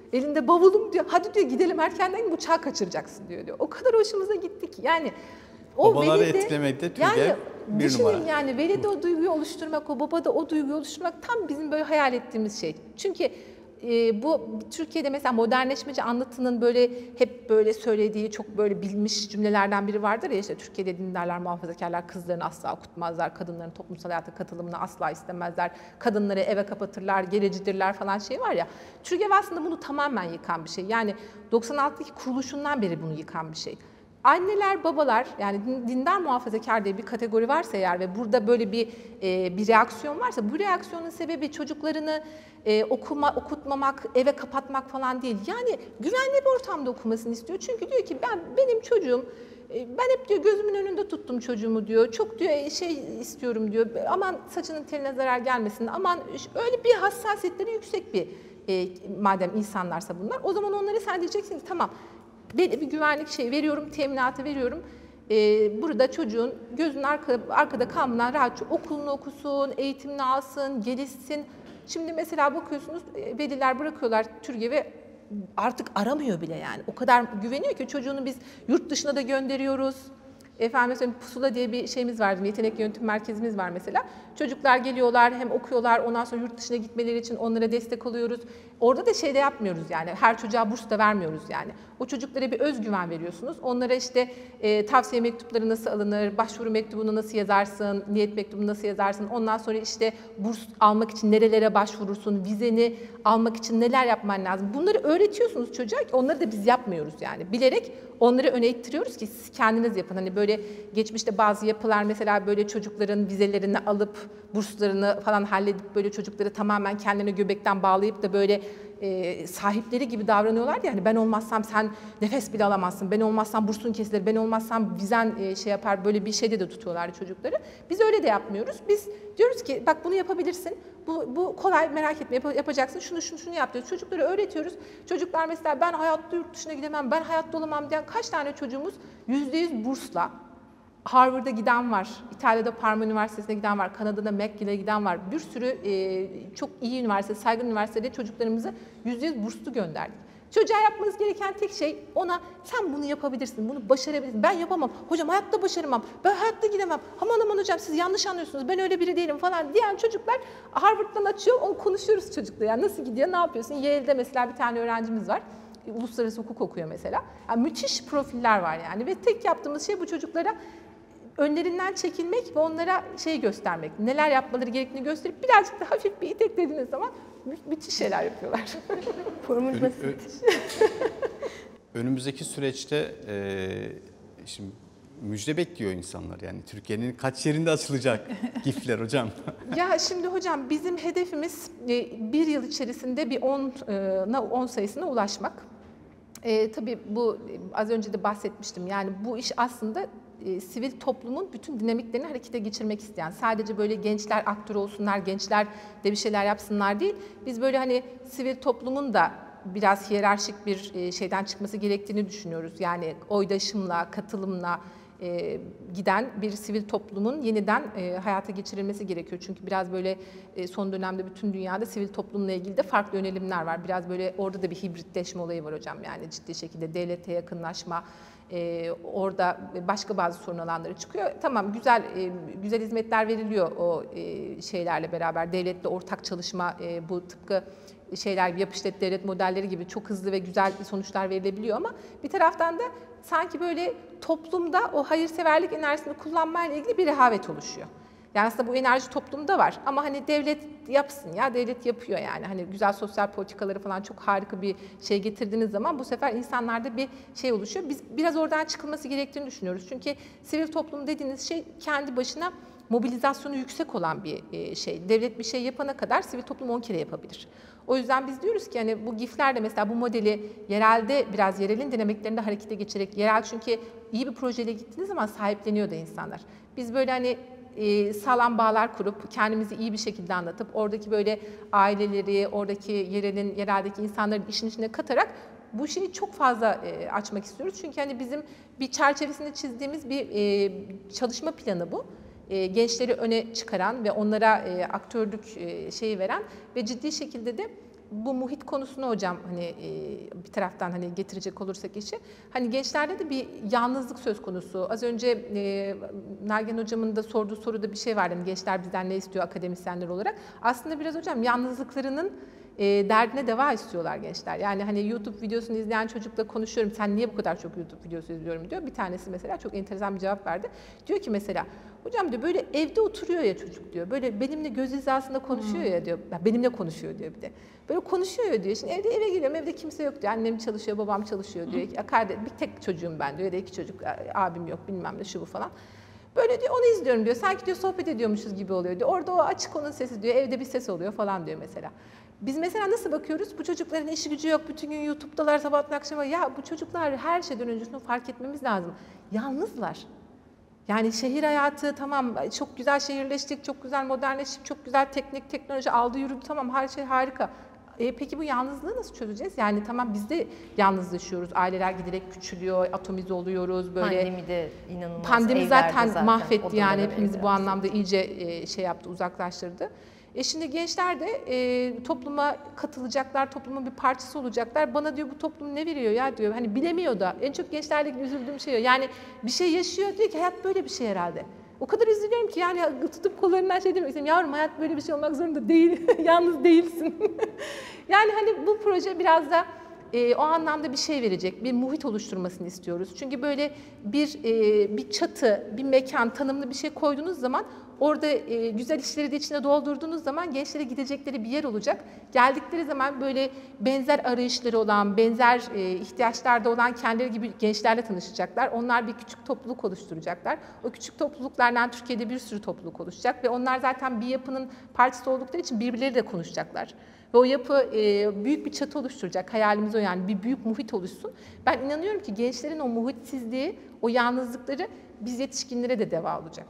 Elinde bavulum diyor. Hadi diyor gidelim erkenden uçağı kaçıracaksın diyor diyor. O kadar hoşumuza gitti ki yani o babaları velide, etkilemekte Türkiye yani bir düşünün numara. yani velide o duyguyu oluşturmak, o babada o duyguyu oluşturmak tam bizim böyle hayal ettiğimiz şey. Çünkü e, bu Türkiye'de mesela modernleşmeci anlatının böyle hep böyle söylediği çok böyle bilmiş cümlelerden biri vardır ya, işte Türkiye'de dindarlar, muhafazakarlar kızlarını asla okutmazlar, kadınların toplumsal hayata katılımını asla istemezler, kadınları eve kapatırlar, gericidirler falan şey var ya. Türkiye aslında bunu tamamen yıkan bir şey. Yani doksan altıdaki kuruluşundan beri bunu yıkan bir şey. Anneler, babalar yani dindar muhafazakar diye bir kategori varsa eğer ve burada böyle bir e, bir reaksiyon varsa bu reaksiyonun sebebi çocuklarını e, okuma, okutmamak, eve kapatmak falan değil. Yani güvenli bir ortamda okumasını istiyor. Çünkü diyor ki ben benim çocuğum e, ben hep diyor gözümün önünde tuttum çocuğumu diyor. Çok diyor şey istiyorum diyor. Aman saçının teline zarar gelmesin. Aman öyle bir hassasiyetleri yüksek bir e, madem insanlarsa bunlar. O zaman onlara sen diyeceksin ki tamam. Belli bir güvenlik şey veriyorum, teminatı veriyorum. Ee, burada çocuğun gözünün arka, arkada kalmadan rahatça okulunu okusun, eğitimini alsın, gelişsin. Şimdi mesela bakıyorsunuz veliler bırakıyorlar Türkiye ve artık aramıyor bile yani. O kadar güveniyor ki çocuğunu biz yurt dışına da gönderiyoruz. Efendim mesela Pusula diye bir şeyimiz var, yetenek yönetim merkezimiz var mesela. Çocuklar geliyorlar, hem okuyorlar, ondan sonra yurt dışına gitmeleri için onlara destek oluyoruz. Orada da şey de yapmıyoruz yani, her çocuğa burs da vermiyoruz yani. O çocuklara bir özgüven veriyorsunuz. Onlara işte e, tavsiye mektupları nasıl alınır, başvuru mektubunu nasıl yazarsın, niyet mektubunu nasıl yazarsın, ondan sonra işte burs almak için nerelere başvurursun, vizeni almak için neler yapman lazım. Bunları öğretiyorsunuz çocuğa ki onları da biz yapmıyoruz yani. Bilerek onları öne ittiriyoruz ki siz kendiniz yapın. Hani böyle geçmişte bazı yapılar mesela böyle çocukların vizelerini alıp burslarını falan halledip böyle çocukları tamamen kendine göbekten bağlayıp da böyle e, sahipleri gibi davranıyorlar. Yani ben olmazsam sen nefes bile alamazsın, ben olmazsam bursun kesilir, ben olmazsam vizen e, şey yapar, böyle bir şeyde de tutuyorlar çocukları. Biz öyle de yapmıyoruz. Biz diyoruz ki bak bunu yapabilirsin, bu, bu kolay, merak etme yap- yapacaksın, şunu şunu şunu yap diyoruz. Çocuklara öğretiyoruz. Çocuklar mesela ben hayatta yurt dışına gidemem, ben hayatta olamam diyen kaç tane çocuğumuz yüzde yüz bursla Harvard'a giden var, İtalya'da Parma Üniversitesi'ne giden var, Kanada'da McGill'e giden var. Bir sürü e, çok iyi üniversite, saygın üniversitede çocuklarımızı yüzde yüz burslu gönderdik. Çocuğa yapmanız gereken tek şey ona sen bunu yapabilirsin, bunu başarabilirsin. Ben yapamam, hocam hayatta başaramam, ben hayatta gidemem. Aman aman hocam siz yanlış anlıyorsunuz, ben öyle biri değilim falan diyen çocuklar Harvard'dan açıyor, onu konuşuyoruz çocukla. Yani nasıl gidiyor, ne yapıyorsun? Yale'de mesela bir tane öğrencimiz var. Uluslararası hukuk okuyor mesela. Yani müthiş profiller var yani ve tek yaptığımız şey bu çocuklara önlerinden çekilmek ve onlara şey göstermek, neler yapmaları gerektiğini gösterip birazcık da hafif bir iteklediğiniz zaman mü müthiş şeyler yapıyorlar. Formül basit. Önümüzdeki süreçte e, şimdi müjde bekliyor insanlar yani Türkiye'nin kaç yerinde açılacak gifler hocam? Ya şimdi hocam bizim hedefimiz bir yıl içerisinde bir on sayısına ulaşmak. E, tabii bu az önce de bahsetmiştim yani bu iş aslında E, sivil toplumun bütün dinamiklerini harekete geçirmek isteyen, sadece böyle gençler aktör olsunlar, gençler de bir şeyler yapsınlar değil. Biz böyle hani sivil toplumun da biraz hiyerarşik bir e, şeyden çıkması gerektiğini düşünüyoruz. Yani oydaşımla, katılımla e, giden bir sivil toplumun yeniden e, hayata geçirilmesi gerekiyor. Çünkü biraz böyle e, son dönemde bütün dünyada sivil toplumla ilgili de farklı yönelimler var. Biraz böyle orada da bir hibritleşme olayı var hocam. Yani ciddi şekilde devlete yakınlaşma, Ee, orada başka bazı sorun alanları çıkıyor. Tamam güzel e, güzel hizmetler veriliyor o e, şeylerle beraber. Devletle ortak çalışma e, bu tıpkı şeyler gibi yapı işlet devlet modelleri gibi çok hızlı ve güzel sonuçlar verilebiliyor ama bir taraftan da sanki böyle toplumda o hayırseverlik enerjisini kullanmayla ilgili bir rehavet oluşuyor. Yani aslında bu enerji toplumda var ama hani devlet yapsın ya, devlet yapıyor yani. Hani güzel sosyal politikaları falan çok harika bir şey getirdiğiniz zaman bu sefer insanlarda bir şey oluşuyor. Biz biraz oradan çıkılması gerektiğini düşünüyoruz. Çünkü sivil toplum dediğiniz şey kendi başına mobilizasyonu yüksek olan bir şey. Devlet bir şey yapana kadar sivil toplum on kere yapabilir. O yüzden biz diyoruz ki hani bu GİF'ler de mesela bu modeli yerelde biraz yerelin dinamiklerinde harekete geçerek, yerel çünkü iyi bir projeyle gittiğiniz zaman sahipleniyor da insanlar. Biz böyle hani E, sağlam bağlar kurup kendimizi iyi bir şekilde anlatıp oradaki böyle aileleri, oradaki yerelin, yereldeki insanların işin içine katarak bu işi çok fazla e, açmak istiyoruz. Çünkü hani bizim bir çerçevesinde çizdiğimiz bir e, çalışma planı bu. E, gençleri öne çıkaran ve onlara e, aktörlük e, şeyi veren ve ciddi şekilde de bu muhit konusunu hocam hani e, bir taraftan hani getirecek olursak işi, hani gençlerde de bir yalnızlık söz konusu. Az önce e, Nagihan hocamın da sorduğu soruda bir şey vardı. Hani gençler bizden ne istiyor akademisyenler olarak? Aslında biraz hocam yalnızlıklarının e, derdine deva istiyorlar gençler. Yani hani YouTube videosunu izleyen çocukla konuşuyorum. Sen niye bu kadar çok YouTube videosu izliyorum diyor. Bir tanesi mesela çok enteresan bir cevap verdi. Diyor ki mesela, hocam diyor böyle evde oturuyor ya çocuk diyor. Böyle benimle göz hizasında konuşuyor ya diyor. Ya benimle konuşuyor diyor bir de. Böyle konuşuyor ya diyor. Şimdi evde eve geliyorum, evde kimse yok diyor. Annem çalışıyor, babam çalışıyor diyor. Kardeş, bir tek çocuğum ben diyor. Ya da iki çocuk, abim yok bilmem ne şu bu falan. Böyle diyor onu izliyorum diyor. Sanki diyor sohbet ediyormuşuz gibi oluyor diyor. Orada o açık onun sesi diyor. Evde bir ses oluyor falan diyor mesela. Biz mesela nasıl bakıyoruz? Bu çocukların işi gücü yok. Bütün gün YouTube'dalar sabahtan akşama. Ya bu çocuklar her şeyden önce şunu fark etmemiz lazım. Yalnızlar. Yani şehir hayatı tamam, çok güzel şehirleştik, çok güzel modernleştik, çok güzel teknik teknoloji aldı yürüdü, tamam her şey harika. E, peki bu yalnızlığı nasıl çözeceğiz? Yani tamam biz de yalnızlaşıyoruz, aileler giderek küçülüyor, atomize oluyoruz böyle. Pandemi de inanılmaz. Pandemi zaten, zaten mahvetti yani odaları, hepimizi bu evler. anlamda iyice e, şey yaptı, uzaklaştırdı. E şimdi gençler de e, topluma katılacaklar, toplumun bir parçası olacaklar. Bana diyor bu toplum ne veriyor ya diyor. Hani bilemiyor da. En çok gençlerle üzüldüğüm şey o. Yani bir şey yaşıyor diyor ki hayat böyle bir şey herhalde. O kadar üzülüyorum ki yani tutup kollarından şey demek istiyorum. Yavrum hayat böyle bir şey olmak zorunda değil. Yalnız değilsin. Yani hani bu proje biraz da e, o anlamda bir şey verecek. Bir muhit oluşturmasını istiyoruz. Çünkü böyle bir e, bir çatı, bir mekan, tanımlı bir şey koyduğunuz zaman orada e, güzel işleri de içine doldurduğunuz zaman gençlere gidecekleri bir yer olacak. Geldikleri zaman böyle benzer arayışları olan, benzer e, ihtiyaçlarda olan kendileri gibi gençlerle tanışacaklar. Onlar bir küçük topluluk oluşturacaklar. O küçük topluluklardan Türkiye'de bir sürü topluluk oluşacak ve onlar zaten bir yapının parçası oldukları için birbirleri de konuşacaklar. Ve o yapı e, büyük bir çatı oluşturacak. Hayalimiz o yani bir büyük muhit oluşsun. Ben inanıyorum ki gençlerin o muhitsizliği, o yalnızlıkları biz yetişkinlere de deva olacak.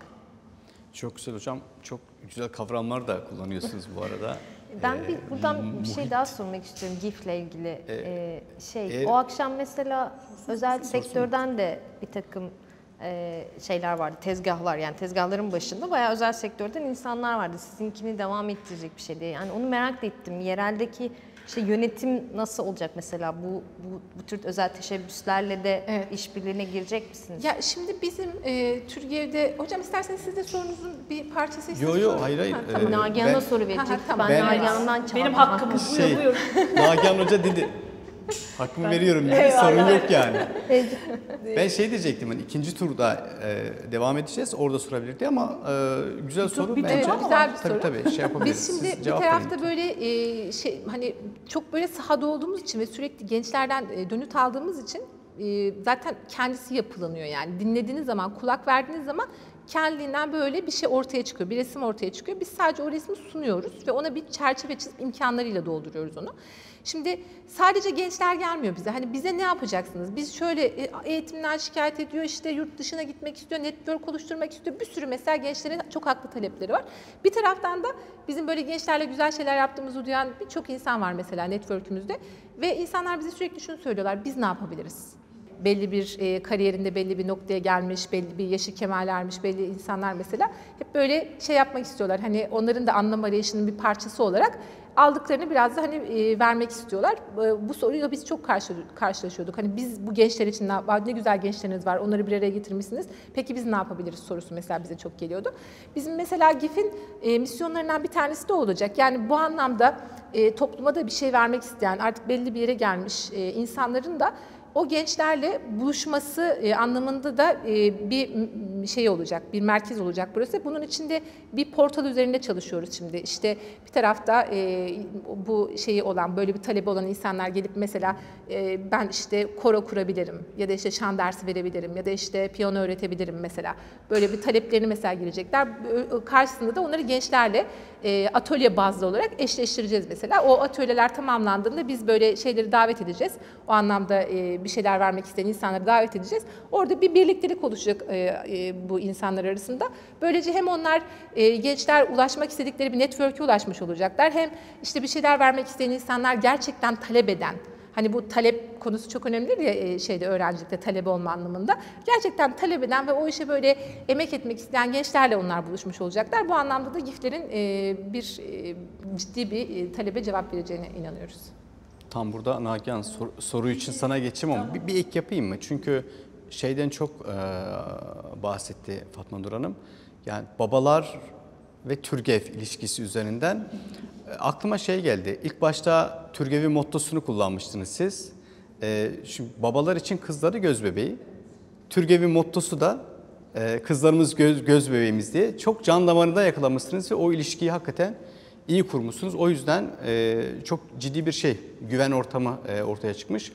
Çok güzel hocam. Çok güzel kavramlar da kullanıyorsunuz bu arada. Ben Ee, bir buradan bir muhit. şey daha sormak istiyorum GİF'le ilgili. Ee, Ee, şey, e, o akşam mesela özel sektörden de bir takım e, şeyler vardı, tezgahlar yani tezgahların başında bayağı özel sektörden insanlar vardı. Sizinkini devam ettirecek bir şey diye. Yani onu merak da ettim. Yereldeki işte yönetim nasıl olacak mesela? Bu bu, bu tür özel teşebbüslerle de Evet. işbirliğine girecek misiniz? Ya şimdi bizim e, Türkiye'de, hocam isterseniz siz de sorunuzun bir parçası Yo yo hayır hayır. Ha, Ee, tamam. Nagihan'a ben- soru verecektim. Ha, ha, tamam. Ben, Ben- Nagihan'dan çaldım. Benim hakkım. Şey, Nagihan Hoca dedi. Hakkımı veriyorum dedi. Sorun yok yani. Ben şey diyecektim hani ikinci turda e, devam edeceğiz. Orada sorabilirdi ama e, güzel soru bir tur bence. ama güzel bir tabii, soru. Tabii şey yapabiliriz. Biz şimdi Siz bir cevap tarafta verin. böyle e, şey hani çok böyle sahada olduğumuz için ve sürekli gençlerden e, dönüt aldığımız için e, zaten kendisi yapılanıyor yani. Dinlediğiniz zaman, kulak verdiğiniz zaman kendiliğinden böyle bir şey ortaya çıkıyor, bir resim ortaya çıkıyor. Biz sadece o resmi sunuyoruz ve ona bir çerçeve çizip imkanlarıyla dolduruyoruz onu. Şimdi sadece gençler gelmiyor bize. Hani bize ne yapacaksınız? Biz şöyle eğitimden şikayet ediyor, işte yurt dışına gitmek istiyor, network oluşturmak istiyor. Bir sürü mesela gençlerin çok haklı talepleri var. Bir taraftan da bizim böyle gençlerle güzel şeyler yaptığımızı duyan birçok insan var mesela network'ümüzde. Ve insanlar bize sürekli şunu söylüyorlar, biz ne yapabiliriz? Belli bir e, kariyerinde belli bir noktaya gelmiş, belli bir yaşı kemal ermiş belli insanlar mesela hep böyle şey yapmak istiyorlar. Hani onların da anlam arayışının bir parçası olarak aldıklarını biraz da hani e, vermek istiyorlar. E, bu soruyla biz çok karşı, karşılaşıyorduk. Hani biz bu gençler için ne, ne güzel gençleriniz var, onları bir araya getirmişsiniz. Peki biz ne yapabiliriz sorusu mesela bize çok geliyordu. Bizim mesela GİF'in e, misyonlarından bir tanesi de olacak. Yani bu anlamda e, topluma da bir şey vermek isteyen, artık belli bir yere gelmiş e, insanların da o gençlerle buluşması e, anlamında da e, bir şey olacak, bir merkez olacak burası. Bunun içinde bir portal üzerinde çalışıyoruz şimdi. İşte bir tarafta e, bu şeyi olan, böyle bir talebi olan insanlar gelip mesela e, ben işte koro kurabilirim ya da işte şan dersi verebilirim ya da işte piyano öğretebilirim mesela. Böyle bir taleplerini mesela girecekler. Karşısında da onları gençlerle e, atölye bazlı olarak eşleştireceğiz mesela. O atölyeler tamamlandığında biz böyle şeyleri davet edeceğiz. O anlamda e, bir şeyler vermek isteyen insanları davet edeceğiz. Orada bir birliktelik oluşacak e, e, bu insanlar arasında. Böylece hem onlar e, gençler ulaşmak istedikleri bir network'e ulaşmış olacaklar. Hem işte bir şeyler vermek isteyen insanlar gerçekten talep eden, Hani bu talep konusu çok önemlidir ya şeyde öğrencilikte talebe olma anlamında. Gerçekten talep eden ve o işe böyle emek etmek isteyen gençlerle onlar buluşmuş olacaklar. Bu anlamda da GİF'lerin bir ciddi bir talebe cevap vereceğine inanıyoruz. Tam burada Nagihan sor, soru için sana geçeyim ama bir, bir ek yapayım mı? Çünkü şeyden çok e, bahsetti Fatma Nur Hanım. Yani babalar ve TÜRGEV ilişkisi üzerinden e, aklıma şey geldi. İlk başta TÜRGEV'in mottosunu kullanmıştınız siz. E, şimdi babalar için kızları göz bebeği. TÜRGEV'in mottosu da e, kızlarımız göz, göz bebeğimiz diye çok can damarında yakalamışsınız ve o ilişkiyi hakikaten iyi kurmuşsunuz. O yüzden e, çok ciddi bir şey, güven ortamı e, ortaya çıkmış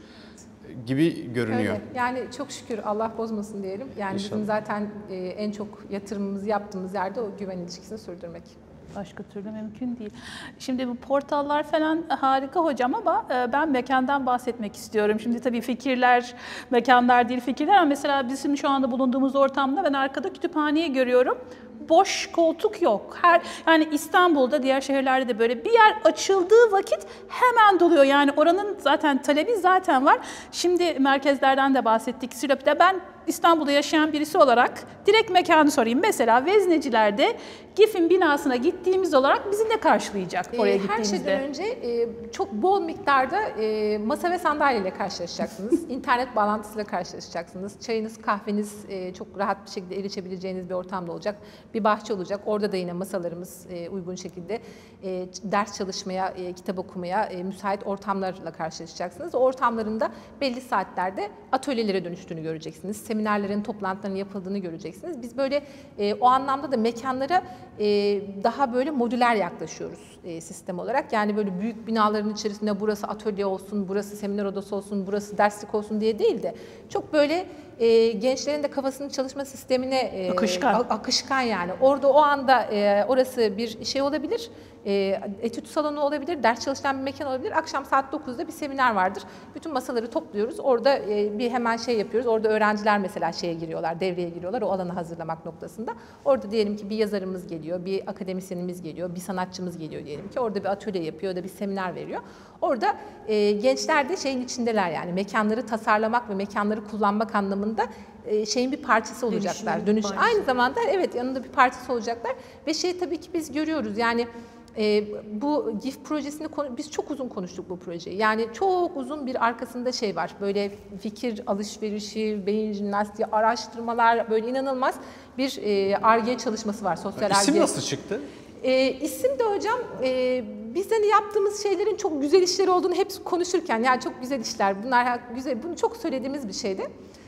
gibi görünüyor. Öyle. Yani çok şükür Allah bozmasın diyelim. Yani İnşallah. bizim zaten e, en çok yatırımımızı yaptığımız yerde o güven ilişkisini sürdürmek. Başka türlü mümkün değil. Şimdi bu portallar falan harika hocam ama ben mekandan bahsetmek istiyorum. Şimdi tabii fikirler, mekanlar değil fikirler ama mesela bizim şu anda bulunduğumuz ortamda ben arkada kütüphaneyi görüyorum. Boş koltuk yok. Her yani İstanbul'da, diğer şehirlerde de böyle bir yer açıldığı vakit hemen doluyor. Yani oranın zaten talebi zaten var. Şimdi merkezlerden de bahsettik. Silopi'de ben İstanbul'da yaşayan birisi olarak direkt mekanı sorayım. Mesela Vezneciler'de GİF'in binasına gittiğimiz olarak bizi ne karşılayacak oraya Her gittiğimizde? şeyden önce e, çok bol miktarda e, masa ve sandalyeyle karşılaşacaksınız. İnternet bağlantısıyla karşılaşacaksınız. Çayınız, kahveniz e, çok rahat bir şekilde erişebileceğiniz bir ortamda olacak. Bir bahçe olacak. Orada da yine masalarımız e, uygun şekilde e, ders çalışmaya, e, kitap okumaya e, müsait ortamlarla karşılaşacaksınız. O ortamlarında belli saatlerde atölyelere dönüştüğünü göreceksiniz. Seminerlerin, toplantıların yapıldığını göreceksiniz. Biz böyle e, o anlamda da mekanlara e, daha böyle modüler yaklaşıyoruz e, sistem olarak. Yani böyle büyük binaların içerisinde burası atölye olsun, burası seminer odası olsun, burası derslik olsun diye değil de çok böyle e, gençlerin de kafasının çalışma sistemine e, Akışkan. akışkan yani. Orada o anda e, orası bir şey olabilir. E, etüt salonu olabilir, ders çalışan bir mekan olabilir. Akşam saat dokuzda bir seminer vardır. Bütün masaları topluyoruz. Orada e, bir hemen şey yapıyoruz. Orada öğrenciler mesela şeye giriyorlar, devreye giriyorlar o alanı hazırlamak noktasında. Orada diyelim ki bir yazarımız geliyor, bir akademisyenimiz geliyor, bir sanatçımız geliyor diyelim ki. Orada bir atölye yapıyor ya da bir seminer veriyor. Orada e, gençler de şeyin içindeler yani mekanları tasarlamak ve mekanları kullanmak anlamında e, şeyin bir parçası olacaklar. Dönüş aynı zamanda evet yanında bir parçası olacaklar ve şey tabii ki biz görüyoruz yani e, bu GİF projesini biz çok uzun konuştuk bu projeyi. Yani çok uzun bir arkasında şey var. Böyle fikir alışverişi, beyin jimnastiği, araştırmalar böyle inanılmaz bir Ar-Ge çalışması var. Sosyal Ar-Ge. İsim nasıl çıktı? E, isim de hocam e, biz hani yaptığımız şeylerin çok güzel işleri olduğunu hep konuşurken yani çok güzel işler bunlar güzel bunu çok söylediğimiz bir şeydi.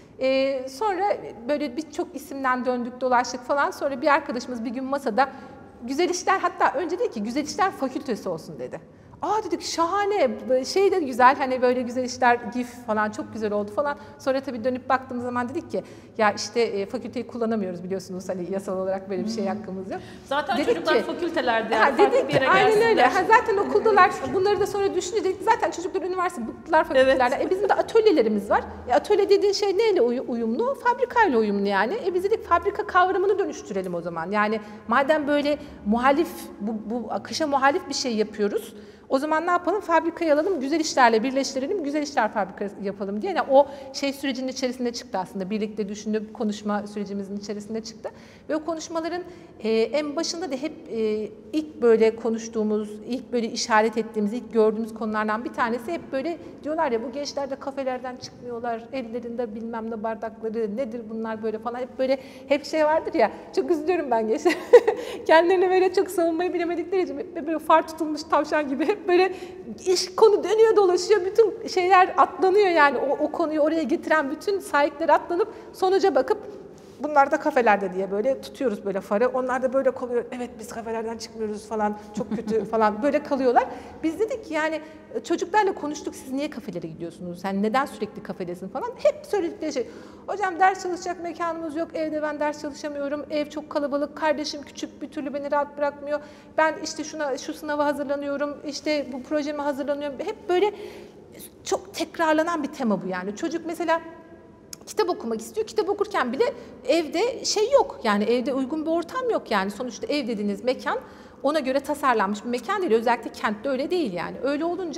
E, sonra böyle birçok isimden döndük dolaştık falan sonra bir arkadaşımız bir gün masada güzel işler hatta önce dedi ki güzel işler fakültesi olsun dedi. Aa dedik şahane şey de güzel hani böyle güzel işler GİF falan çok güzel oldu falan. Sonra tabii dönüp baktığımız zaman dedik ki ya işte e, fakülteyi kullanamıyoruz biliyorsunuz hani yasal olarak böyle bir şey hakkımız yok. Zaten dedik çocuklar ki, fakültelerde ha, yani dedik ki aynen öyle. Ha, zaten okuldalar bunları da sonra düşünce dedik zaten çocuklar üniversite bıktılar fakültelerde. Evet. E bizim de atölyelerimiz var. E, atölye dediğin şey neyle uyumlu? Fabrikayla uyumlu yani. E biz dedik fabrika kavramını dönüştürelim o zaman. Yani madem böyle muhalif bu, bu akışa muhalif bir şey yapıyoruz. O zaman ne yapalım? Fabrikayı alalım, güzel işlerle birleştirelim, güzel işler fabrikası yapalım diye. Yani o şey sürecinin içerisinde çıktı aslında. Birlikte düşünüp konuşma sürecimizin içerisinde çıktı. Ve o konuşmaların e, en başında da hep e, ilk böyle konuştuğumuz, ilk böyle işaret ettiğimiz, ilk gördüğümüz konulardan bir tanesi hep böyle diyorlar ya bu gençler de kafelerden çıkmıyorlar, ellerinde bilmem ne bardakları, nedir bunlar böyle falan. Hep böyle hep şey vardır ya, çok üzülüyorum ben gençler. Kendilerini böyle çok savunmayı bilemedikleri için hep böyle far tutulmuş tavşan gibi hep böyle iş konu dönüyor dolaşıyor, bütün şeyler atlanıyor yani o, o konuyu oraya getiren bütün sahipler atlanıp sonuca bakıp bunlar da kafelerde diye böyle tutuyoruz böyle farı. Onlar da böyle kalıyor. Evet biz kafelerden çıkmıyoruz falan. Çok kötü falan. Böyle kalıyorlar. Biz dedik ki yani çocuklarla konuştuk. Siz niye kafelere gidiyorsunuz? Sen neden sürekli kafedesin falan. Hep söyledikleri şey. Hocam ders çalışacak mekanımız yok. Evde ben ders çalışamıyorum. Ev çok kalabalık. Kardeşim küçük bir türlü beni rahat bırakmıyor. Ben işte şuna şu sınava hazırlanıyorum. İşte bu projeme hazırlanıyorum. Hep böyle çok tekrarlanan bir tema bu yani. Çocuk mesela kitap okumak istiyor. Kitap okurken bile evde şey yok. Yani evde uygun bir ortam yok yani. Sonuçta ev dediğiniz mekan ona göre tasarlanmış bir mekan değil. Özellikle kentte öyle değil yani. Öyle olunca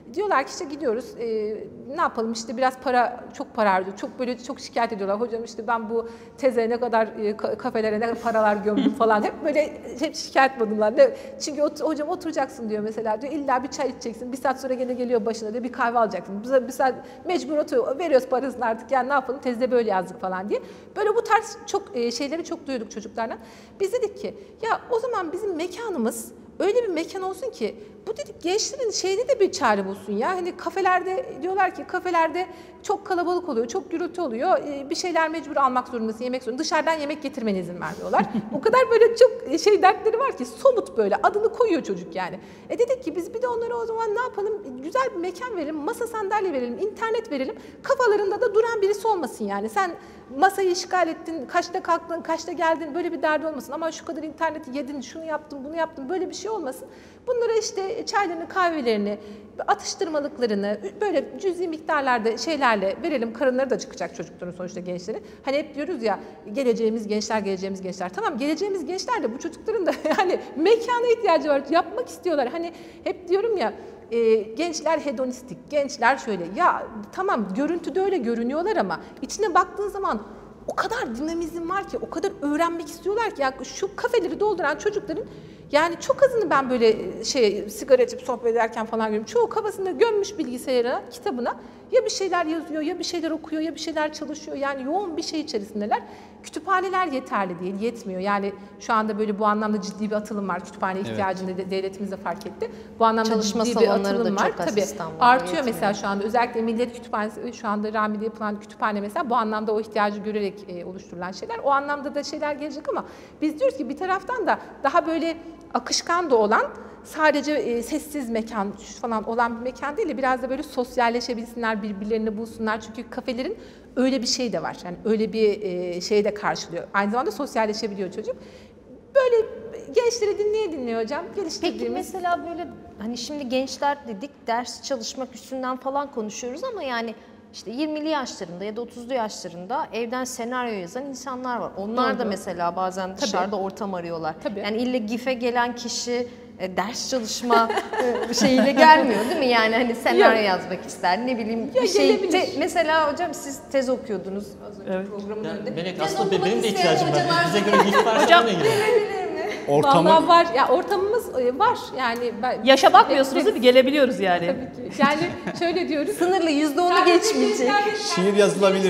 Diyorlar ki işte gidiyoruz, e, ne yapalım işte biraz para, çok para harcıyor. Çok böyle çok şikayet ediyorlar. Hocam işte ben bu teze ne kadar, e, kafelere ne kadar paralar gömdüm falan. Hep böyle hep şikayet modunlar. Ne? Çünkü ot, hocam oturacaksın diyor mesela. Diyor illa bir çay içeceksin. Bir saat sonra gene geliyor başına diyor bir kahve alacaksın. Bize bir saat mecbur oturuyor. Veriyoruz parasını artık yani ne yapalım tezde böyle yazdık falan diye. Böyle bu tarz çok e, şeyleri çok duyduk çocuklardan. Biz dedik ki ya o zaman bizim mekanımız öyle bir mekan olsun ki bu dedik gençlerin şeyde de bir çare bulsun ya. Hani kafelerde diyorlar ki kafelerde çok kalabalık oluyor, çok gürültü oluyor. Bir şeyler mecbur almak zorundasın, yemek zorundasın. Dışarıdan yemek getirmene izin vermiyorlar. O kadar böyle çok şey dertleri var ki somut böyle adını koyuyor çocuk yani. E dedik ki biz bir de onlara o zaman ne yapalım? Güzel bir mekan verelim, masa sandalye verelim, internet verelim. Kafalarında da duran birisi olmasın yani. Sen masayı işgal ettin, kaçta kalktın, kaçta geldin böyle bir derdi olmasın. Ama şu kadar interneti yedin, şunu yaptın, bunu yaptın böyle bir şey olmasın. Bunlara işte çaylarını, kahvelerini, atıştırmalıklarını böyle cüzi miktarlarda şeylerle verelim. Karınları da çıkacak çocukların sonuçta gençlerin. Hani hep diyoruz ya geleceğimiz gençler, geleceğimiz gençler. Tamam geleceğimiz gençler de bu çocukların da yani mekana ihtiyacı var. Yapmak istiyorlar. Hani hep diyorum ya e, gençler hedonistik, gençler şöyle. Ya tamam görüntüde öyle görünüyorlar ama içine baktığın zaman o kadar dinamizm var ki, o kadar öğrenmek istiyorlar ki. Ya şu kafeleri dolduran çocukların yani çok azını ben böyle şey sigara içip sohbet ederken falan görüyorum. Çoğu kafasında gömmüş bilgisayara, kitabına ya bir şeyler yazıyor, ya bir şeyler okuyor, ya bir şeyler çalışıyor. Yani yoğun bir şey içerisindeler. Kütüphaneler yeterli değil, yetmiyor. Yani şu anda böyle bu anlamda ciddi bir atılım var. Kütüphane ihtiyacını evet. devletimiz de fark etti. Bu anlamda Çalışma ciddi bir atılım var. Tabii artıyor yetmiyor. Mesela şu anda özellikle Millet Kütüphanesi şu anda Rami'de yapılan kütüphane mesela bu anlamda o ihtiyacı görerek e, oluşturulan şeyler. O anlamda da şeyler gelecek ama biz diyoruz ki bir taraftan da daha böyle akışkan da olan sadece e, sessiz mekan falan olan bir mekan değil de biraz da böyle sosyalleşebilsinler, birbirlerini bulsunlar. Çünkü kafelerin öyle bir şey de var. Yani öyle bir e, şey de karşılıyor. Aynı zamanda sosyalleşebiliyor çocuk. Böyle gençleri dinleye dinleye hocam geliştirdiğimiz. Peki mesela böyle hani şimdi gençler dedik ders çalışmak üstünden falan konuşuyoruz ama yani İşte yirmili yaşlarında ya da otuzlu yaşlarında evden senaryo yazan insanlar var. Onlar Doğru. da mesela bazen Tabii. dışarıda ortam arıyorlar. Tabii. Yani ille GİF'e gelen kişi e, ders çalışma e, şeyiyle gelmiyor değil mi? Yani hani senaryo Yok. yazmak ister, ne bileyim ya bir şey. Te, mesela hocam siz tez okuyordunuz az önce evet. programın yani önünde. Melek aslında benim de ihtiyacım var. Bize göre GİF varsa hocam, ne gibi? Ortamı... Vallahi var. Ya ortamımız var. Yani ben, yaşa bakmıyorsunuz değil mi? Gelebiliyoruz yani. Tabii ki. Yani şöyle diyoruz. Sınırlı yüzde onu geçmeyecek. Şiir yazılabilir.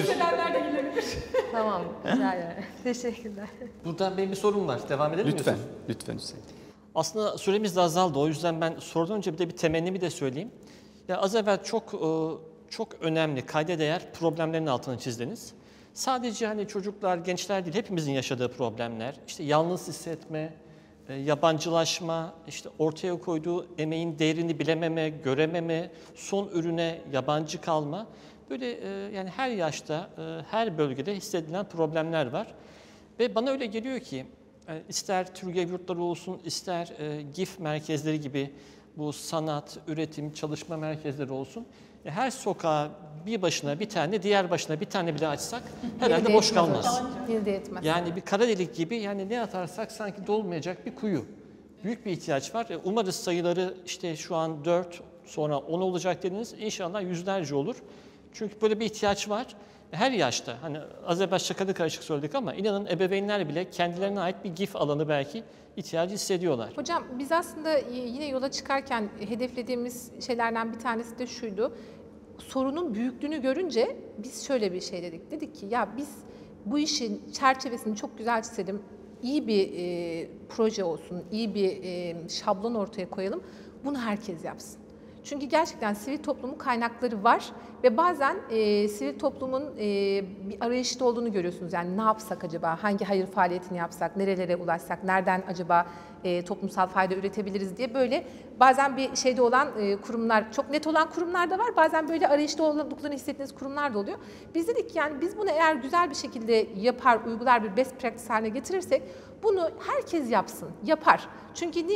Tamam. Güzel yani. Teşekkürler. Buradan benim bir sorum var. Devam edelim mi? Lütfen. Lütfen Hüseyin. Aslında süremiz de azaldı. O yüzden ben sorudan önce bir de bir temennimi de söyleyeyim. Ya az evvel çok çok önemli, kayda değer problemlerin altını çizdiniz. Sadece hani çocuklar, gençler değil, hepimizin yaşadığı problemler. İşte yalnız hissetme, yabancılaşma, işte ortaya koyduğu emeğin değerini bilememe, görememe, son ürüne yabancı kalma. Böyle yani her yaşta, her bölgede hissedilen problemler var. Ve bana öyle geliyor ki ister TÜRGEV yurtları olsun, ister GİF merkezleri gibi bu sanat, üretim, çalışma merkezleri olsun. Her sokağa bir başına bir tane, diğer başına bir tane bile açsak herhalde boş kalmaz. Yani bir kara delik gibi, yani ne atarsak sanki dolmayacak bir kuyu. Büyük bir ihtiyaç var. Umarız sayıları işte şu an dört, sonra on olacak dediniz. İnşallah yüzlerce olur. Çünkü böyle bir ihtiyaç var. Her yaşta, hani az evvel şakalı karışık söyledik ama inanın ebeveynler bile kendilerine ait bir GİF alanı belki ihtiyacı hissediyorlar. Hocam biz aslında yine yola çıkarken hedeflediğimiz şeylerden bir tanesi de şuydu. Sorunun büyüklüğünü görünce biz şöyle bir şey dedik. Dedik ki ya biz bu işin çerçevesini çok güzel çizelim. İyi bir e, proje olsun, iyi bir e, şablon ortaya koyalım. Bunu herkes yapsın. Çünkü gerçekten sivil toplumun kaynakları var ve bazen e, sivil toplumun e, bir arayışta olduğunu görüyorsunuz. Yani ne yapsak acaba, hangi hayır faaliyetini yapsak, nerelere ulaşsak, nereden acaba e, toplumsal fayda üretebiliriz diye böyle bazen bir şeyde olan e, kurumlar, çok net olan kurumlar da var. Bazen böyle arayışta olduklarını hissettiğiniz kurumlar da oluyor. Biz dedik ki yani biz bunu eğer güzel bir şekilde yapar, uygular bir best practice haline getirirsek bunu herkes yapsın, yapar. Çünkü niye?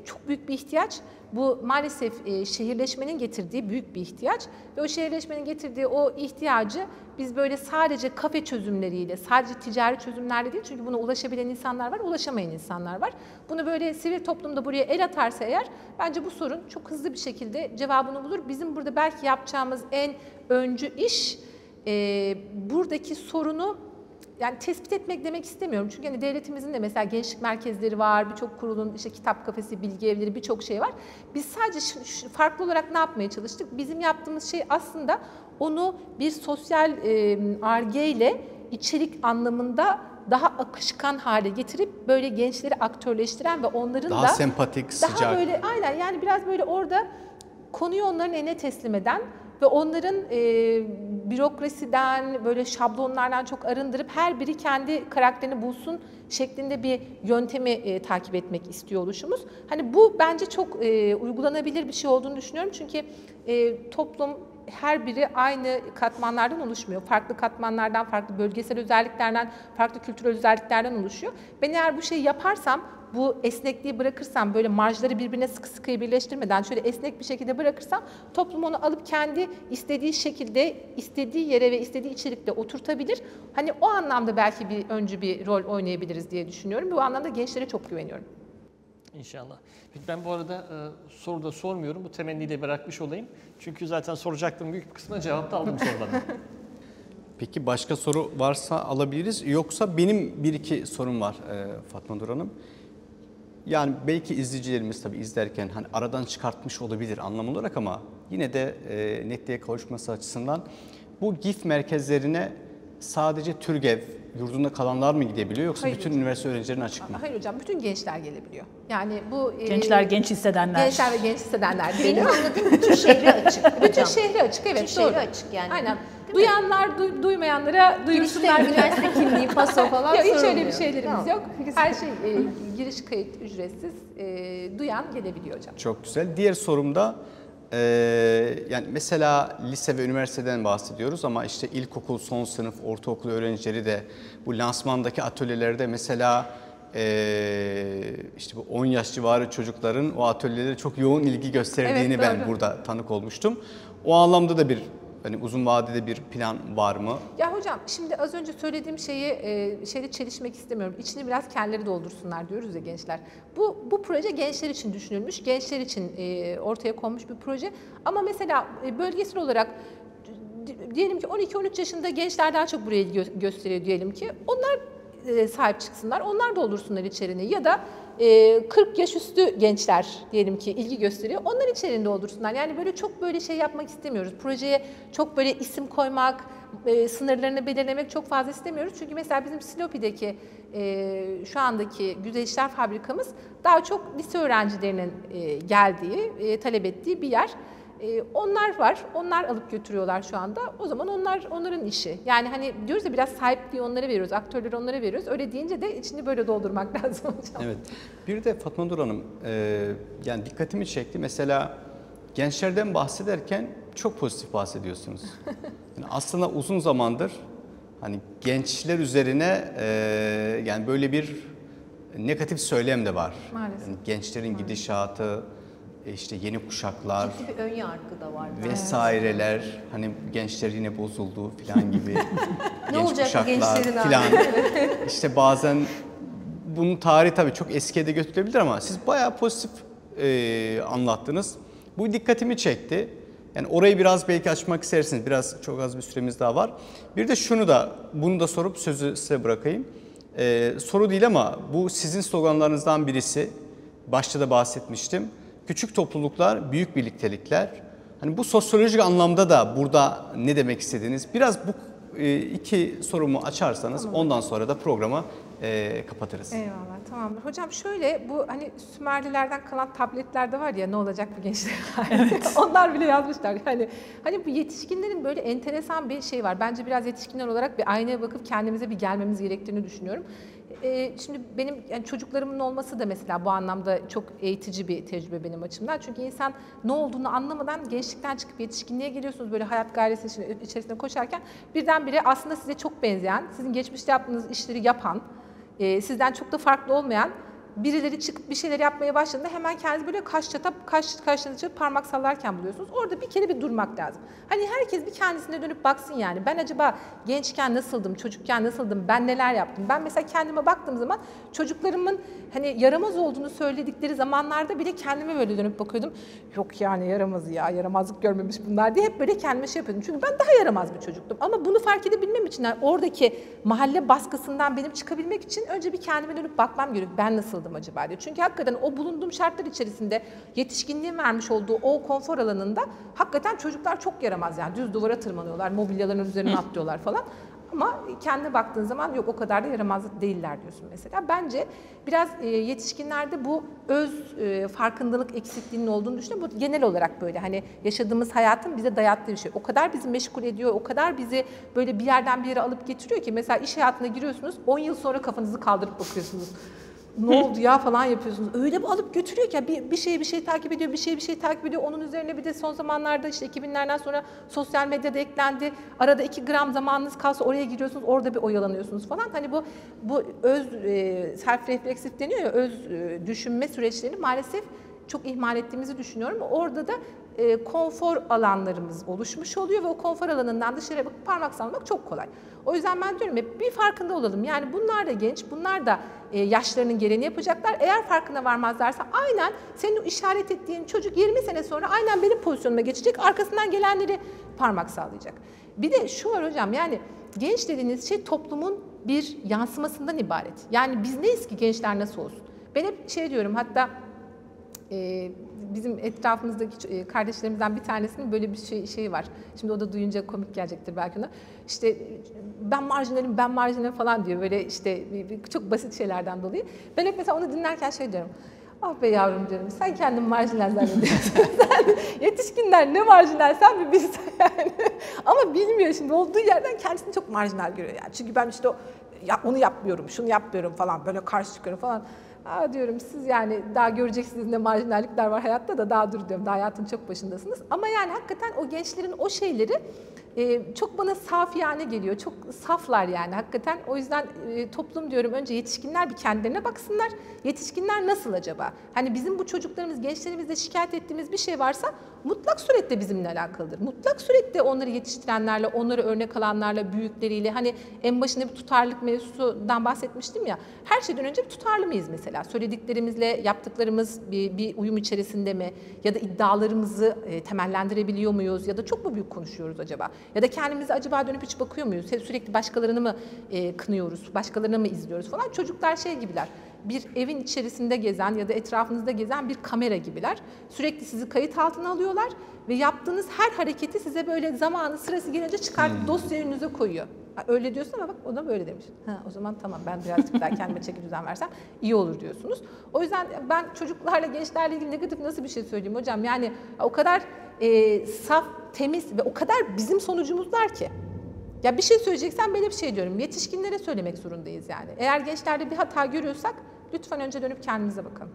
çok büyük bir ihtiyaç. Bu maalesef e, şehirleşmenin getirdiği büyük bir ihtiyaç ve o şehirleşmenin getirdiği o ihtiyacı biz böyle sadece kafe çözümleriyle, sadece ticari çözümlerle değil, çünkü buna ulaşabilen insanlar var, ulaşamayan insanlar var. Bunu böyle sivil toplumda buraya el atarsa eğer, bence bu sorun çok hızlı bir şekilde cevabını bulur. Bizim burada belki yapacağımız en öncü iş, e, buradaki sorunu yani tespit etmek demek istemiyorum. Çünkü hani devletimizin de mesela gençlik merkezleri var, birçok kurulun işte kitap kafesi, bilgi evleri, birçok şey var. Biz sadece şu, şu, farklı olarak ne yapmaya çalıştık? Bizim yaptığımız şey aslında onu bir sosyal Ar-Ge ile içerik anlamında daha akışkan hale getirip böyle gençleri aktörleştiren ve onların daha da sempatik, daha sıcak. böyle aynen yani biraz böyle orada konuyu onların eline teslim eden ve onların e, bürokrasiden, böyle şablonlardan çok arındırıp her biri kendi karakterini bulsun şeklinde bir yöntemi e, takip etmek istiyor oluşumuz. Hani bu bence çok e, uygulanabilir bir şey olduğunu düşünüyorum. Çünkü e, toplum her biri aynı katmanlardan oluşmuyor. Farklı katmanlardan, farklı bölgesel özelliklerden, farklı kültürel özelliklerden oluşuyor. Ben eğer bu şeyi yaparsam, bu esnekliği bırakırsam, böyle marjları birbirine sıkı sıkı birleştirmeden şöyle esnek bir şekilde bırakırsam, toplum onu alıp kendi istediği şekilde, istediği yere ve istediği içerikte oturtabilir. Hani o anlamda belki bir öncü bir rol oynayabiliriz diye düşünüyorum. Bu anlamda gençlere çok güveniyorum. İnşallah. Peki ben bu arada e, soru da sormuyorum. Bu temenniyi de bırakmış olayım. Çünkü zaten soracaktım büyük bir kısmına cevap da aldım sorularına. Peki başka soru varsa alabiliriz. Yoksa benim bir iki sorum var e, Fatma Nur Hanım. Yani belki izleyicilerimiz tabii izlerken hani aradan çıkartmış olabilir anlam olarak ama yine de e, netliğe kavuşması açısından bu GİF merkezlerine sadece TÜRGEV yurdunda kalanlar mı gidebiliyor yoksa Hayır bütün hocam. üniversite öğrencilerine açık mı? Hayır hocam, bütün gençler gelebiliyor. Yani bu e, Gençler, genç hissedenler. gençler ve genç hissedenler diyelim. Benim anladığım bütün şehre açık. Bütün hocam. şehre açık, evet Bütün doğru. şehre açık yani. Aynen. Değil mi? Duyanlar, du- duymayanlara Girişte duyursunlar. üniversite kimliği, paso falan Yok, hiç öyle sorulmuyor. bir şeylerimiz Tamam. yok. Her şey e, giriş kayıt ücretsiz. E, duyan gelebiliyor hocam. Çok güzel. Diğer sorumda e, yani mesela lise ve üniversiteden bahsediyoruz ama işte ilkokul, son sınıf, ortaokul öğrencileri de bu lansmandaki atölyelerde mesela e, işte bu on yaş civarı çocukların o atölyelere çok yoğun ilgi gösterdiğini Evet, ben doğru. burada tanık olmuştum. O anlamda da bir hani uzun vadede bir plan var mı? Ya hocam şimdi az önce söylediğim şeyi e, şeyde çelişmek istemiyorum. İçini biraz kendileri doldursunlar diyoruz ya gençler. Bu bu proje gençler için düşünülmüş, gençler için e, ortaya konmuş bir proje. Ama mesela e, bölgesel olarak d- diyelim ki on iki on üç yaşında gençler daha çok buraya ilgi gö- gösteriyor diyelim ki. Onlar e, sahip çıksınlar, onlar doldursunlar içerini ya da e, kırk yaş üstü gençler diyelim ki ilgi gösteriyor, onlar içerini doldursunlar. Yani böyle çok böyle şey yapmak istemiyoruz. Projeye çok böyle isim koymak, e, sınırlarını belirlemek çok fazla istemiyoruz. Çünkü mesela bizim Silopi'deki e, şu andaki Güzel İşler Fabrikamız daha çok lise öğrencilerinin e, geldiği, e, talep ettiği bir yer. Ee, onlar var, onlar alıp götürüyorlar şu anda. O zaman onlar onların işi. Yani hani diyoruz ya biraz sahipliği onlara veriyoruz, aktörleri onlara veriyoruz. Öyle deyince de içini böyle doldurmak lazım hocam. Evet. Bir de Fatma Nur Hanım, e, yani dikkatimi çekti. Mesela gençlerden bahsederken çok pozitif bahsediyorsunuz. Yani aslında uzun zamandır hani gençler üzerine e, yani böyle bir negatif söylem de var. Maalesef. Yani gençlerin gidişatı, işte yeni kuşaklar Ciddi bir ön yargı da var. vesaireler, hani gençler yine bozuldu falan gibi. Ne genç olacak bu kuşaklar gençlerin hali? falan. İşte bazen bunun tarihi tabii çok eskiye de götürebilir ama siz bayağı pozitif e, anlattınız. Bu dikkatimi çekti. Yani orayı biraz belki açmak istersiniz. Biraz çok az bir süremiz daha var. Bir de şunu da, bunu da sorup sözü size bırakayım. Ee, soru değil ama bu sizin sloganlarınızdan birisi. Başta da bahsetmiştim. Küçük topluluklar, büyük birliktelikler. Hani bu sosyolojik anlamda da burada ne demek istediğiniz? Biraz bu e, iki sorumu açarsanız tamam. Ondan sonra da programı e, kapatırız. Eyvallah, tamamdır. Hocam şöyle, bu hani Sümerlilerden kalan tabletlerde var ya, ne olacak bu gençler? Evet. Onlar bile yazmışlar. Yani hani bu yetişkinlerin böyle enteresan bir şey var. Bence biraz yetişkinler olarak bir aynaya bakıp kendimize bir gelmemiz gerektiğini düşünüyorum. Ee, şimdi benim yani çocuklarımın olması da mesela bu anlamda çok eğitici bir tecrübe benim açımdan. Çünkü insan ne olduğunu anlamadan gençlikten çıkıp yetişkinliğe geliyorsunuz, böyle hayat gayresi içerisinde koşarken birdenbire aslında size çok benzeyen, sizin geçmişte yaptığınız işleri yapan, e, sizden çok da farklı olmayan birileri çıkıp bir şeyler yapmaya başladığında hemen kendinizi böyle kaş çatıp, kaş, kaşlarını çatıp parmak sallarken buluyorsunuz. Orada bir kere bir durmak lazım. Hani herkes bir kendisine dönüp baksın yani. Ben acaba gençken nasıldım, çocukken nasıldım, ben neler yaptım? Ben mesela kendime baktığım zaman çocuklarımın hani yaramaz olduğunu söyledikleri zamanlarda bile kendime böyle dönüp bakıyordum. Yok yani yaramaz ya, yaramazlık görmemiş bunlar diye hep böyle kendime şey yapıyordum. Çünkü ben daha yaramaz bir çocuktum. Ama bunu fark edebilmem için, yani oradaki mahalle baskısından benim çıkabilmek için önce bir kendime dönüp bakmam gerekiyor. Ben nasıldım acaba diye. Çünkü hakikaten o bulunduğum şartlar içerisinde yetişkinliğin vermiş olduğu o konfor alanında hakikaten çocuklar çok yaramaz yani. Düz duvara tırmanıyorlar, mobilyaların üzerine atlıyorlar falan. Ama kendine baktığın zaman yok o kadar da yaramazlık değiller diyorsun mesela. Bence biraz e, yetişkinlerde bu öz e, farkındalık eksikliğinin olduğunu düşünüyorum. Bu genel olarak böyle hani yaşadığımız hayatın bize dayattığı bir şey. O kadar bizi meşgul ediyor, o kadar bizi böyle bir yerden bir yere alıp getiriyor ki mesela iş hayatına giriyorsunuz, on yıl sonra kafanızı kaldırıp bakıyorsunuz. Ne oldu ya falan yapıyorsunuz. Öyle bir alıp götürüyor ki bir, bir şey bir şey takip ediyor, bir şey bir şey takip ediyor. Onun üzerine bir de son zamanlarda işte iki binlerden sonra sosyal medyada eklendi. Arada iki gram zamanınız kalsa oraya giriyorsunuz, orada bir oyalanıyorsunuz falan. Hani bu bu öz e, self refleksif deniyor ya, öz e, düşünme süreçlerini maalesef çok ihmal ettiğimizi düşünüyorum. Orada da e, konfor alanlarımız oluşmuş oluyor ve o konfor alanından dışarıya bakıp parmak sallamak çok kolay. O yüzden ben diyorum hep bir farkında olalım. Yani bunlar da genç, bunlar da e, yaşlarının gereğini yapacaklar. Eğer farkına varmazlarsa aynen senin işaret ettiğin çocuk yirmi sene sonra aynen benim pozisyonuma geçecek, arkasından gelenleri parmak sallayacak. Bir de şu var hocam, yani genç dediğiniz şey toplumun bir yansımasından ibaret. Yani biz neyiz ki gençler nasıl olsun? Ben hep şey diyorum, hatta e, bizim etrafımızdaki kardeşlerimizden bir tanesinin böyle bir şey, şeyi var. Şimdi o da duyunca komik gelecektir belki ona. İşte ben marjinalim, ben marjinalim falan diyor. Böyle işte çok basit şeylerden dolayı. Ben hep mesela onu dinlerken şey diyorum. Ah be yavrum diyorum, sen kendin marjinal zannediyorsun. Yetişkinler ne marjinal sen bir bilsen yani. Ama bilmiyor şimdi, olduğu yerden kendisini çok marjinal görüyor yani. Çünkü ben işte o, ya onu yapmıyorum, şunu yapmıyorum falan, böyle karşı çıkıyorum falan. Aa diyorum, siz yani daha göreceksiniz ne marjinallikler var hayatta da, daha dur diyorum, daha hayatın çok başındasınız. Ama yani hakikaten o gençlerin o şeyleri e, çok bana safiyane geliyor, çok saflar yani hakikaten. O yüzden e, toplum diyorum, önce yetişkinler bir kendilerine baksınlar. Yetişkinler nasıl acaba? Hani bizim bu çocuklarımız, gençlerimizle şikayet ettiğimiz bir şey varsa mutlak surette bizimle alakalıdır. Mutlak surette onları yetiştirenlerle, onları örnek alanlarla, büyükleriyle, hani en başında bir tutarlılık mevzusundan bahsetmiştim ya, her şeyden önce bir tutarlı mıyız mesela? Söylediklerimizle yaptıklarımız bir, bir uyum içerisinde mi? Ya da iddialarımızı e, temellendirebiliyor muyuz? Ya da çok mu büyük konuşuyoruz acaba? Ya da kendimize acaba dönüp hiç bakıyor muyuz? Sürekli başkalarını mı e, kınıyoruz? Başkalarını mı izliyoruz falan? Çocuklar şey gibiler. Bir evin içerisinde gezen ya da etrafınızda gezen bir kamera gibiler. Sürekli sizi kayıt altına alıyorlar ve yaptığınız her hareketi size böyle zamanı, sırası gelince çıkartıp hmm. dosya önünüze koyuyor. Ha, öyle diyorsun ama bak o da böyle demiş. Ha, o zaman tamam, ben birazcık daha kendime çeki düzen versem iyi olur diyorsunuz. O yüzden ben çocuklarla, gençlerle ilgili negatif nasıl bir şey söyleyeyim hocam? Yani o kadar e, saf, temiz ve o kadar bizim sonucumuzlar ki. Ya bir şey söyleyeceksen ben hep şey diyorum, yetişkinlere söylemek zorundayız yani. Eğer gençlerde bir hata görüyorsak lütfen önce dönüp kendimize bakalım.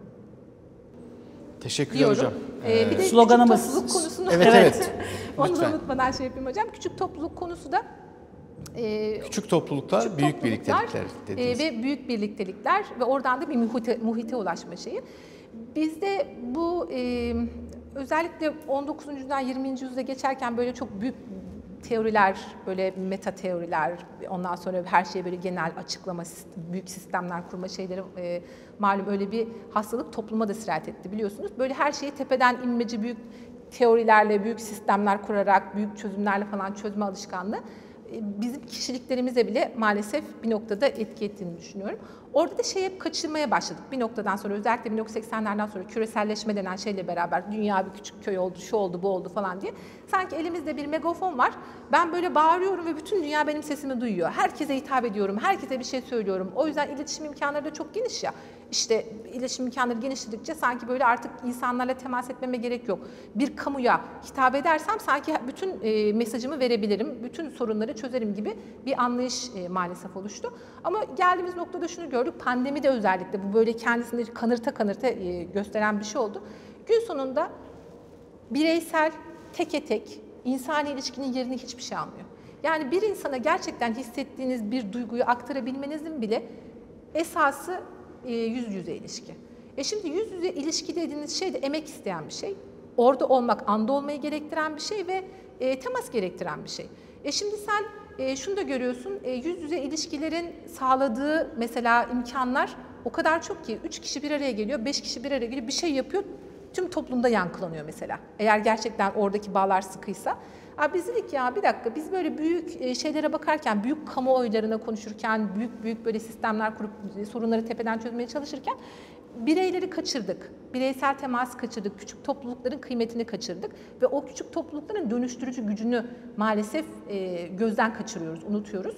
Teşekkürler hocam. Ee, bir de sloganımız. küçük topluluk konusunu evet, evet. onu da unutmadan şey yapayım hocam. Küçük topluluk konusu da e, küçük topluluklar, küçük büyük topluluklar, birliktelikler e, dediğiniz. ve büyük birliktelikler ve oradan da bir muhite, muhite ulaşma şeyi. Bizde bu e, özellikle on dokuzuncu yüzyıldan yirminci yüzyıla geçerken böyle çok büyük teoriler, böyle meta teoriler, ondan sonra her şeye böyle genel açıklama, büyük sistemler kurma şeyleri e, malum öyle bir hastalık topluma da sirayet etti biliyorsunuz. Böyle her şeyi tepeden inmeci büyük teorilerle, büyük sistemler kurarak, büyük çözümlerle falan çözme alışkanlığı bizim kişiliklerimize bile maalesef bir noktada etki ettiğini düşünüyorum. Orada da şey hep kaçırmaya başladık bir noktadan sonra, özellikle bin dokuz yüz seksenlerden sonra küreselleşme denen şeyle beraber dünya bir küçük köy oldu, şu oldu, bu oldu falan diye. Sanki elimizde bir megafon var, ben böyle bağırıyorum ve bütün dünya benim sesimi duyuyor. Herkese hitap ediyorum, herkese bir şey söylüyorum. O yüzden iletişim imkanları da çok geniş ya. İşte iletişim imkanları genişledikçe sanki böyle artık insanlarla temas etmeme gerek yok. Bir kamuya hitap edersem sanki bütün e, mesajımı verebilirim, bütün sorunları çözerim gibi bir anlayış e, maalesef oluştu. Ama geldiğimiz noktada şunu gördük, pandemi de özellikle bu böyle kendisini kanırta kanırta e, gösteren bir şey oldu. Gün sonunda bireysel, teke tek, insani ilişkinin yerini hiçbir şey almıyor. Yani bir insana gerçekten hissettiğiniz bir duyguyu aktarabilmenizin bile esası e, yüz yüze ilişki. E şimdi yüz yüze ilişki dediğiniz şey de emek isteyen bir şey. Orada olmak, anda olmayı gerektiren bir şey ve e, temas gerektiren bir şey. E şimdi sen e, şunu da görüyorsun, e, yüz yüze ilişkilerin sağladığı mesela imkanlar o kadar çok ki üç kişi bir araya geliyor, beş kişi bir araya geliyor, bir şey yapıyor, tüm toplumda yankılanıyor mesela. Eğer gerçekten oradaki bağlar sıkıysa. Abi biz dedik ya bir dakika, biz böyle büyük şeylere bakarken, büyük kamuoylarına konuşurken, büyük büyük böyle sistemler kurup sorunları tepeden çözmeye çalışırken bireyleri kaçırdık. Bireysel teması kaçırdık. Küçük toplulukların kıymetini kaçırdık. Ve o küçük toplulukların dönüştürücü gücünü maalesef e, gözden kaçırıyoruz, unutuyoruz.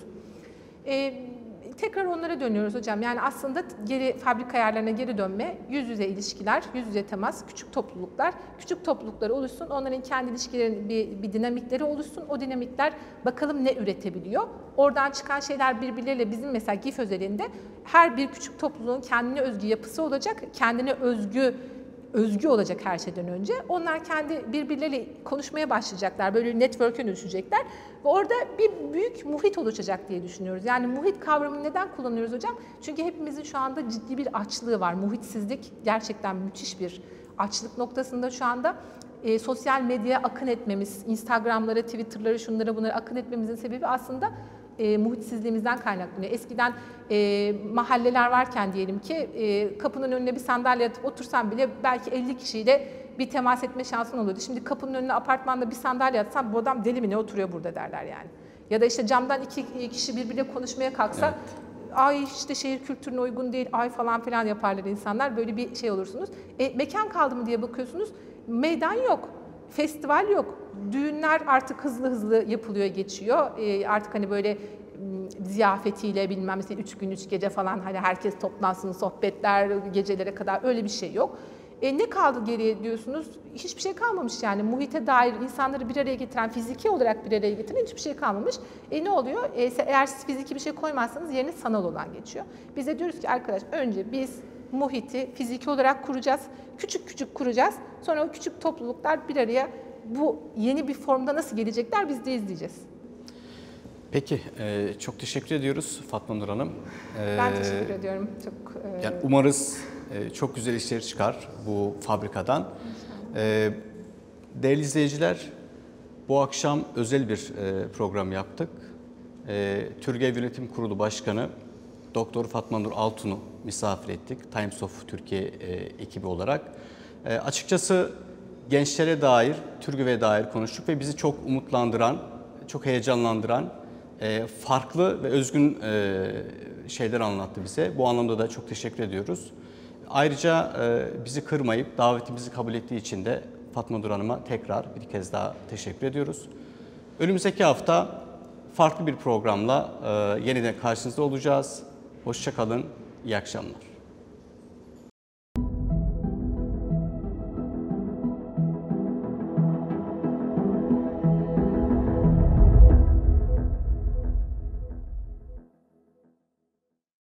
E, tekrar onlara dönüyoruz hocam. Yani aslında geri fabrika ayarlarına geri dönme, yüz yüze ilişkiler, yüz yüze temas, küçük topluluklar, küçük topluluklar oluşsun, onların kendi ilişkilerinin bir, bir dinamikleri oluşsun. O dinamikler bakalım ne üretebiliyor. Oradan çıkan şeyler birbirleriyle bizim mesela GİF özelinde her bir küçük topluluğun kendine özgü yapısı olacak, kendine özgü özgü olacak her şeyden önce. Onlar kendi birbirleriyle konuşmaya başlayacaklar, böyle network'e dönüşecekler ve orada bir büyük muhit oluşacak diye düşünüyoruz. Yani muhit kavramını neden kullanıyoruz hocam? Çünkü hepimizin şu anda ciddi bir açlığı var. Muhitsizlik gerçekten müthiş bir açlık noktasında şu anda. E, sosyal medyaya akın etmemiz, Instagram'lara, Twitter'lara, şunlara bunlara akın etmemizin sebebi aslında E, muhitsizliğimizden kaynaklanıyor. Eskiden e, mahalleler varken diyelim ki e, kapının önüne bir sandalye atıp otursan bile belki elli kişiyle bir temas etme şansın oluyordu. Şimdi kapının önüne apartmanda bir sandalye atsan bu adam deli mi ne oturuyor burada derler yani. Ya da işte camdan iki kişi birbiriyle konuşmaya kalksa evet. Ay işte şehir kültürüne uygun değil, ay falan filan yaparlar insanlar. Böyle bir şey olursunuz. E, mekan kaldı mı diye bakıyorsunuz, meydan yok. Festival yok. Düğünler artık hızlı hızlı yapılıyor, geçiyor. E, artık hani böyle ziyafetiyle bilmem mesela üç gün üç gece falan hani herkes toplansın, sohbetler gecelere kadar öyle bir şey yok. E, ne kaldı geriye diyorsunuz? Hiçbir şey kalmamış yani. Muhite dair insanları bir araya getiren, fiziki olarak bir araya getiren hiçbir şey kalmamış. E ne oluyor? E, eğer siz fiziki bir şey koymazsanız yerine sanal olan geçiyor. Biz de diyoruz ki arkadaş önce biz muhiti fiziki olarak kuracağız. Küçük küçük kuracağız. Sonra o küçük topluluklar bir araya bu yeni bir formda nasıl gelecekler biz de izleyeceğiz. Peki, e, çok teşekkür ediyoruz Fatma Nur Hanım. E, ben teşekkür ediyorum. Çok. E... Yani umarız e, çok güzel işler çıkar bu fabrikadan. E, değerli izleyiciler, bu akşam özel bir e, program yaptık. E, TÜRGEV Yönetim Kurulu Başkanı Doktor Fatma Nur Altun'u misafir ettik. Times of Türkiye e, ekibi olarak. E, açıkçası gençlere dair, TÜRGEV'e dair konuştuk ve bizi çok umutlandıran, çok heyecanlandıran, e, farklı ve özgün e, şeyler anlattı bize. Bu anlamda da çok teşekkür ediyoruz. Ayrıca e, bizi kırmayıp davetimizi kabul ettiği için de Fatma Nur Hanım'a tekrar bir kez daha teşekkür ediyoruz. Önümüzdeki hafta farklı bir programla e, yeniden karşınızda olacağız. Hoşça kalın, iyi akşamlar.